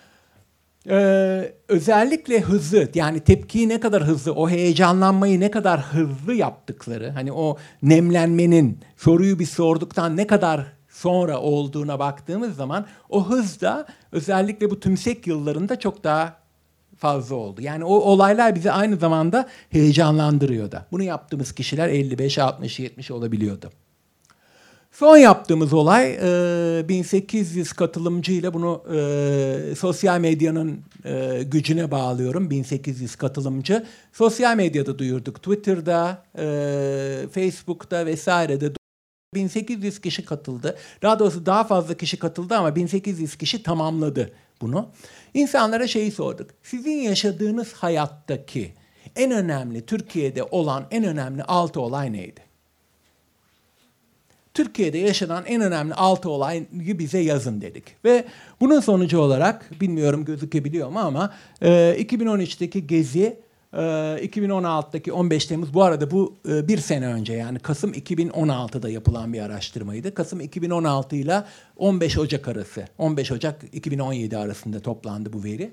Özellikle hızlı, yani tepkiyi ne kadar hızlı, o heyecanlanmayı ne kadar hızlı yaptıkları, hani o nemlenmenin soruyu bir sorduktan ne kadar sonra olduğuna baktığımız zaman o hız da özellikle bu tümsek yıllarında çok daha fazla oldu. Yani o olaylar bizi aynı zamanda heyecanlandırıyor da. Bunu yaptığımız kişiler 55, 60, 70 olabiliyordu. Son yaptığımız olay 1800 katılımcıyla bunu sosyal medyanın gücüne bağlıyorum. 1800 katılımcı. Sosyal medyada duyurduk. Twitter'da, Facebook'ta vesairede 1800 kişi katıldı. Daha doğrusu daha fazla kişi katıldı ama 1800 kişi tamamladı bunu. İnsanlara şeyi sorduk. Sizin yaşadığınız hayattaki en önemli, Türkiye'de olan en önemli 6 olay neydi? Türkiye'de yaşanan en önemli 6 olayı bize yazın dedik. Ve bunun sonucu olarak, bilmiyorum gözükebiliyor mu ama 2013'teki Gezi, 2016'daki 15 Temmuz, bu arada bu bir sene önce, yani Kasım 2016'da yapılan bir araştırmaydı. Kasım 2016 ile 15 Ocak arası, 15 Ocak 2017 arasında toplandı bu veri.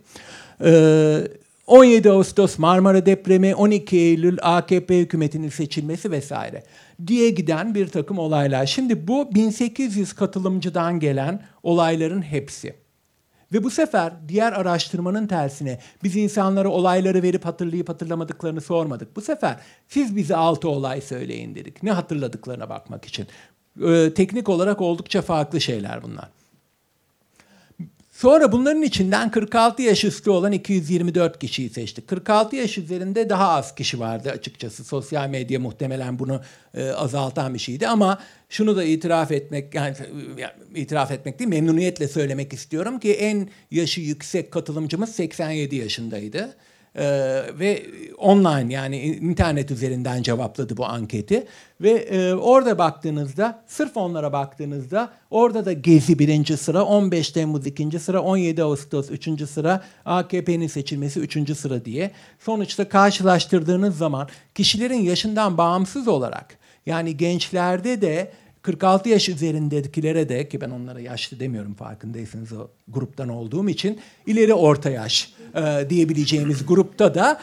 17 Ağustos Marmara depremi, 12 Eylül AKP hükümetinin seçilmesi vesaire diye giden bir takım olaylar. Şimdi bu 1800 katılımcıdan gelen olayların hepsi. Ve bu sefer diğer araştırmanın tersine biz insanlara olayları verip hatırlayıp hatırlamadıklarını sormadık. Bu sefer siz bize 6 olay söyleyin dedik. Ne hatırladıklarına bakmak için. Teknik olarak oldukça farklı şeyler bunlar. Sonra bunların içinden 46 yaş üstü olan 224 kişiyi seçtik. 46 yaş üzerinde daha az kişi vardı açıkçası. Sosyal medya muhtemelen bunu azaltan bir şeydi ama şunu da itiraf etmek, yani itiraf etmek değil, memnuniyetle söylemek istiyorum ki en yaşı yüksek katılımcımız 87 yaşındaydı. Ve online, yani internet üzerinden cevapladı bu anketi. Ve orada baktığınızda, sırf onlara baktığınızda orada da Gezi 1. sıra, 15 Temmuz 2. sıra, 17 Ağustos 3. sıra, AKP'nin seçilmesi 3. sıra diye. Sonuçta karşılaştırdığınız zaman kişilerin yaşından bağımsız olarak, yani gençlerde de 46 yaş üzerindekilere de, ki ben onlara yaşlı demiyorum farkındaysanız o gruptan olduğum için, ileri orta yaş diyebileceğimiz grupta da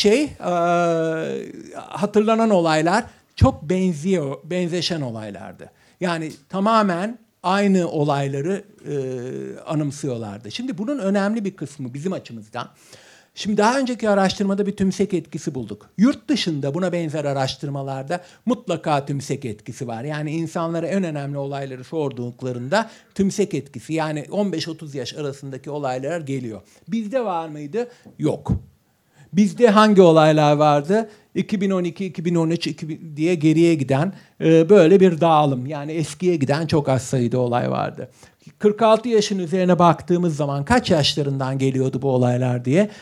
hatırlanan olaylar çok benzeşen olaylardı. Yani tamamen aynı olayları anımsıyorlardı. Şimdi bunun önemli bir kısmı bizim açımızdan. Şimdi daha önceki araştırmada bir tümsek etkisi bulduk. Yurt dışında buna benzer araştırmalarda mutlaka tümsek etkisi var. Yani insanlara en önemli olayları sorduklarında tümsek etkisi, yani 15-30 yaş arasındaki olaylar geliyor. Bizde var mıydı? Yok. Bizde hangi olaylar vardı? 2012, 2013 diye geriye giden böyle bir dağılım. Yani eskiye giden çok az sayıda olay vardı. 46 yaşın üzerine baktığımız zaman kaç yaşlarından geliyordu bu olaylar diye?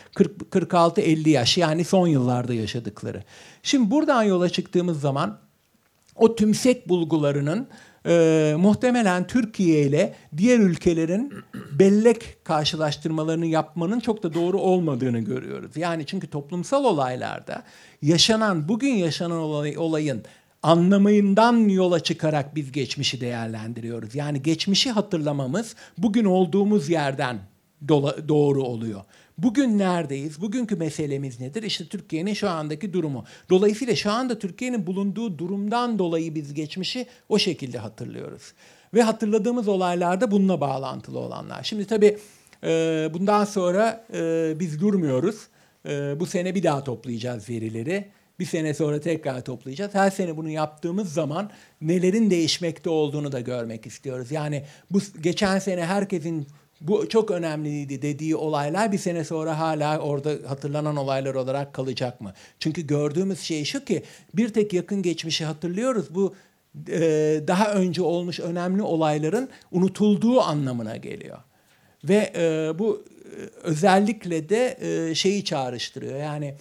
46-50 yaş, yani son yıllarda yaşadıkları. Şimdi buradan yola çıktığımız zaman o tümsek bulgularının muhtemelen Türkiye ile diğer ülkelerin bellek karşılaştırmalarını yapmanın çok da doğru olmadığını görüyoruz. Yani çünkü toplumsal olaylarda bugün yaşanan olayın anlamından yola çıkarak biz geçmişi değerlendiriyoruz. Yani geçmişi hatırlamamız bugün olduğumuz yerden doğru oluyor. Bugün neredeyiz? Bugünkü meselemiz nedir? İşte Türkiye'nin şu andaki durumu. Dolayısıyla şu anda Türkiye'nin bulunduğu durumdan dolayı biz geçmişi o şekilde hatırlıyoruz. Ve hatırladığımız olaylar da bununla bağlantılı olanlar. Şimdi tabii bundan sonra biz durmuyoruz. Bu sene bir daha toplayacağız verileri. Bir sene sonra tekrar toplayacağız. Her sene bunu yaptığımız zaman nelerin değişmekte olduğunu da görmek istiyoruz. Yani bu geçen sene herkesin bu çok önemliydi dediği olaylar bir sene sonra hala orada hatırlanan olaylar olarak kalacak mı? Çünkü gördüğümüz şey şu ki bir tek yakın geçmişi hatırlıyoruz. Bu daha önce olmuş önemli olayların unutulduğu anlamına geliyor. Ve bu özellikle de şeyi çağrıştırıyor. Yani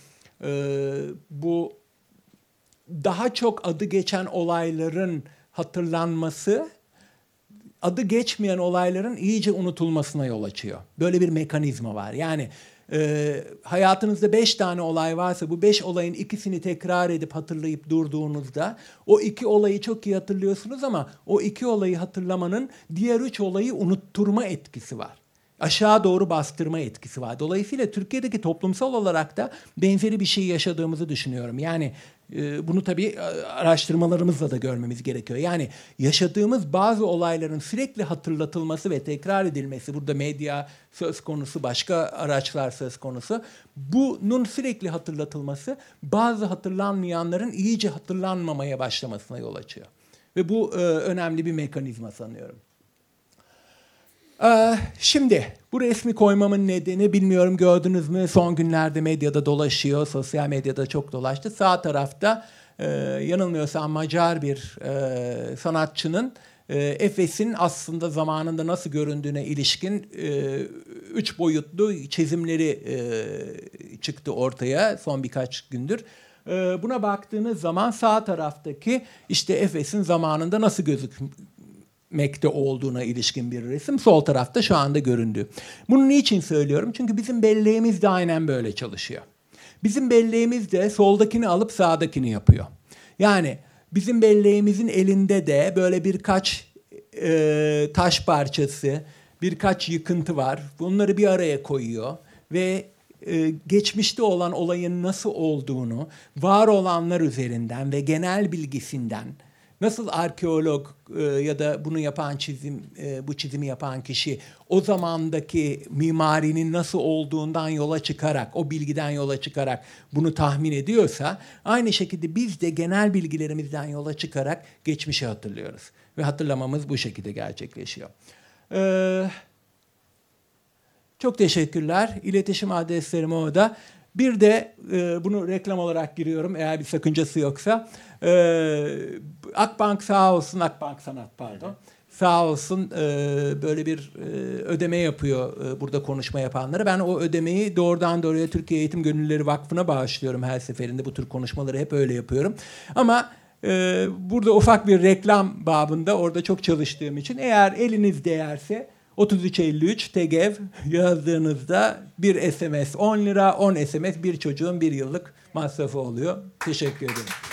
bu daha çok adı geçen olayların hatırlanması adı geçmeyen olayların iyice unutulmasına yol açıyor. Böyle bir mekanizma var. Yani hayatınızda 5 tane olay varsa bu 5 olayın ikisini tekrar edip hatırlayıp durduğunuzda o 2 olayı çok iyi hatırlıyorsunuz ama o 2 olayı hatırlamanın diğer 3 olayı unutturma etkisi var. Aşağı doğru bastırma etkisi var. Dolayısıyla Türkiye'deki toplumsal olarak da benzeri bir şey yaşadığımızı düşünüyorum. Yani bunu tabii araştırmalarımızla da görmemiz gerekiyor. Yani yaşadığımız bazı olayların sürekli hatırlatılması ve tekrar edilmesi, burada medya söz konusu, başka araçlar söz konusu, bunun sürekli hatırlatılması bazı hatırlanmayanların iyice hatırlanmamaya başlamasına yol açıyor. Ve bu önemli bir mekanizma sanıyorum. Şimdi bu resmi koymamın nedeni bilmiyorum gördünüz mü, son günlerde medyada dolaşıyor, sosyal medyada çok dolaştı. Sağ tarafta yanılmıyorsam Macar bir sanatçının Efes'in aslında zamanında nasıl göründüğüne ilişkin 3 boyutlu çizimleri çıktı ortaya son birkaç gündür. Buna baktığınız zaman sağ taraftaki işte Efes'in zamanında nasıl gözükmekte olduğuna ilişkin bir resim. Sol tarafta şu anda göründü. Bunu niçin söylüyorum? Çünkü bizim belleğimiz de aynen böyle çalışıyor. Bizim belleğimiz de soldakini alıp sağdakini yapıyor. Yani bizim belleğimizin elinde de böyle birkaç taş parçası, birkaç yıkıntı var. Bunları bir araya koyuyor ve geçmişte olan olayın nasıl olduğunu var olanlar üzerinden ve genel bilgisinden nasıl arkeolog ya da bunu yapan bu çizimi yapan kişi o zamandaki mimarinin nasıl olduğundan yola çıkarak, o bilgiden yola çıkarak bunu tahmin ediyorsa, aynı şekilde biz de genel bilgilerimizden yola çıkarak geçmişi hatırlıyoruz. Ve hatırlamamız bu şekilde gerçekleşiyor. Çok teşekkürler. İletişim adreslerim orada. Bir de bunu reklam olarak giriyorum eğer bir sakıncası yoksa. Akbank sağ olsun, Akbank Sanat pardon. Sağ olsun böyle bir ödeme yapıyor burada konuşma yapanlara. Ben o ödemeyi doğrudan doğruya Türkiye Eğitim Gönüllüleri Vakfı'na bağışlıyorum her seferinde. Bu tür konuşmaları hep öyle yapıyorum. Ama burada ufak bir reklam babında orada çok çalıştığım için eğer eliniz değerse 3353 TGEV yazdığınızda bir SMS 10 lira, 10 SMS bir çocuğun bir yıllık masrafı oluyor. Teşekkür ederim.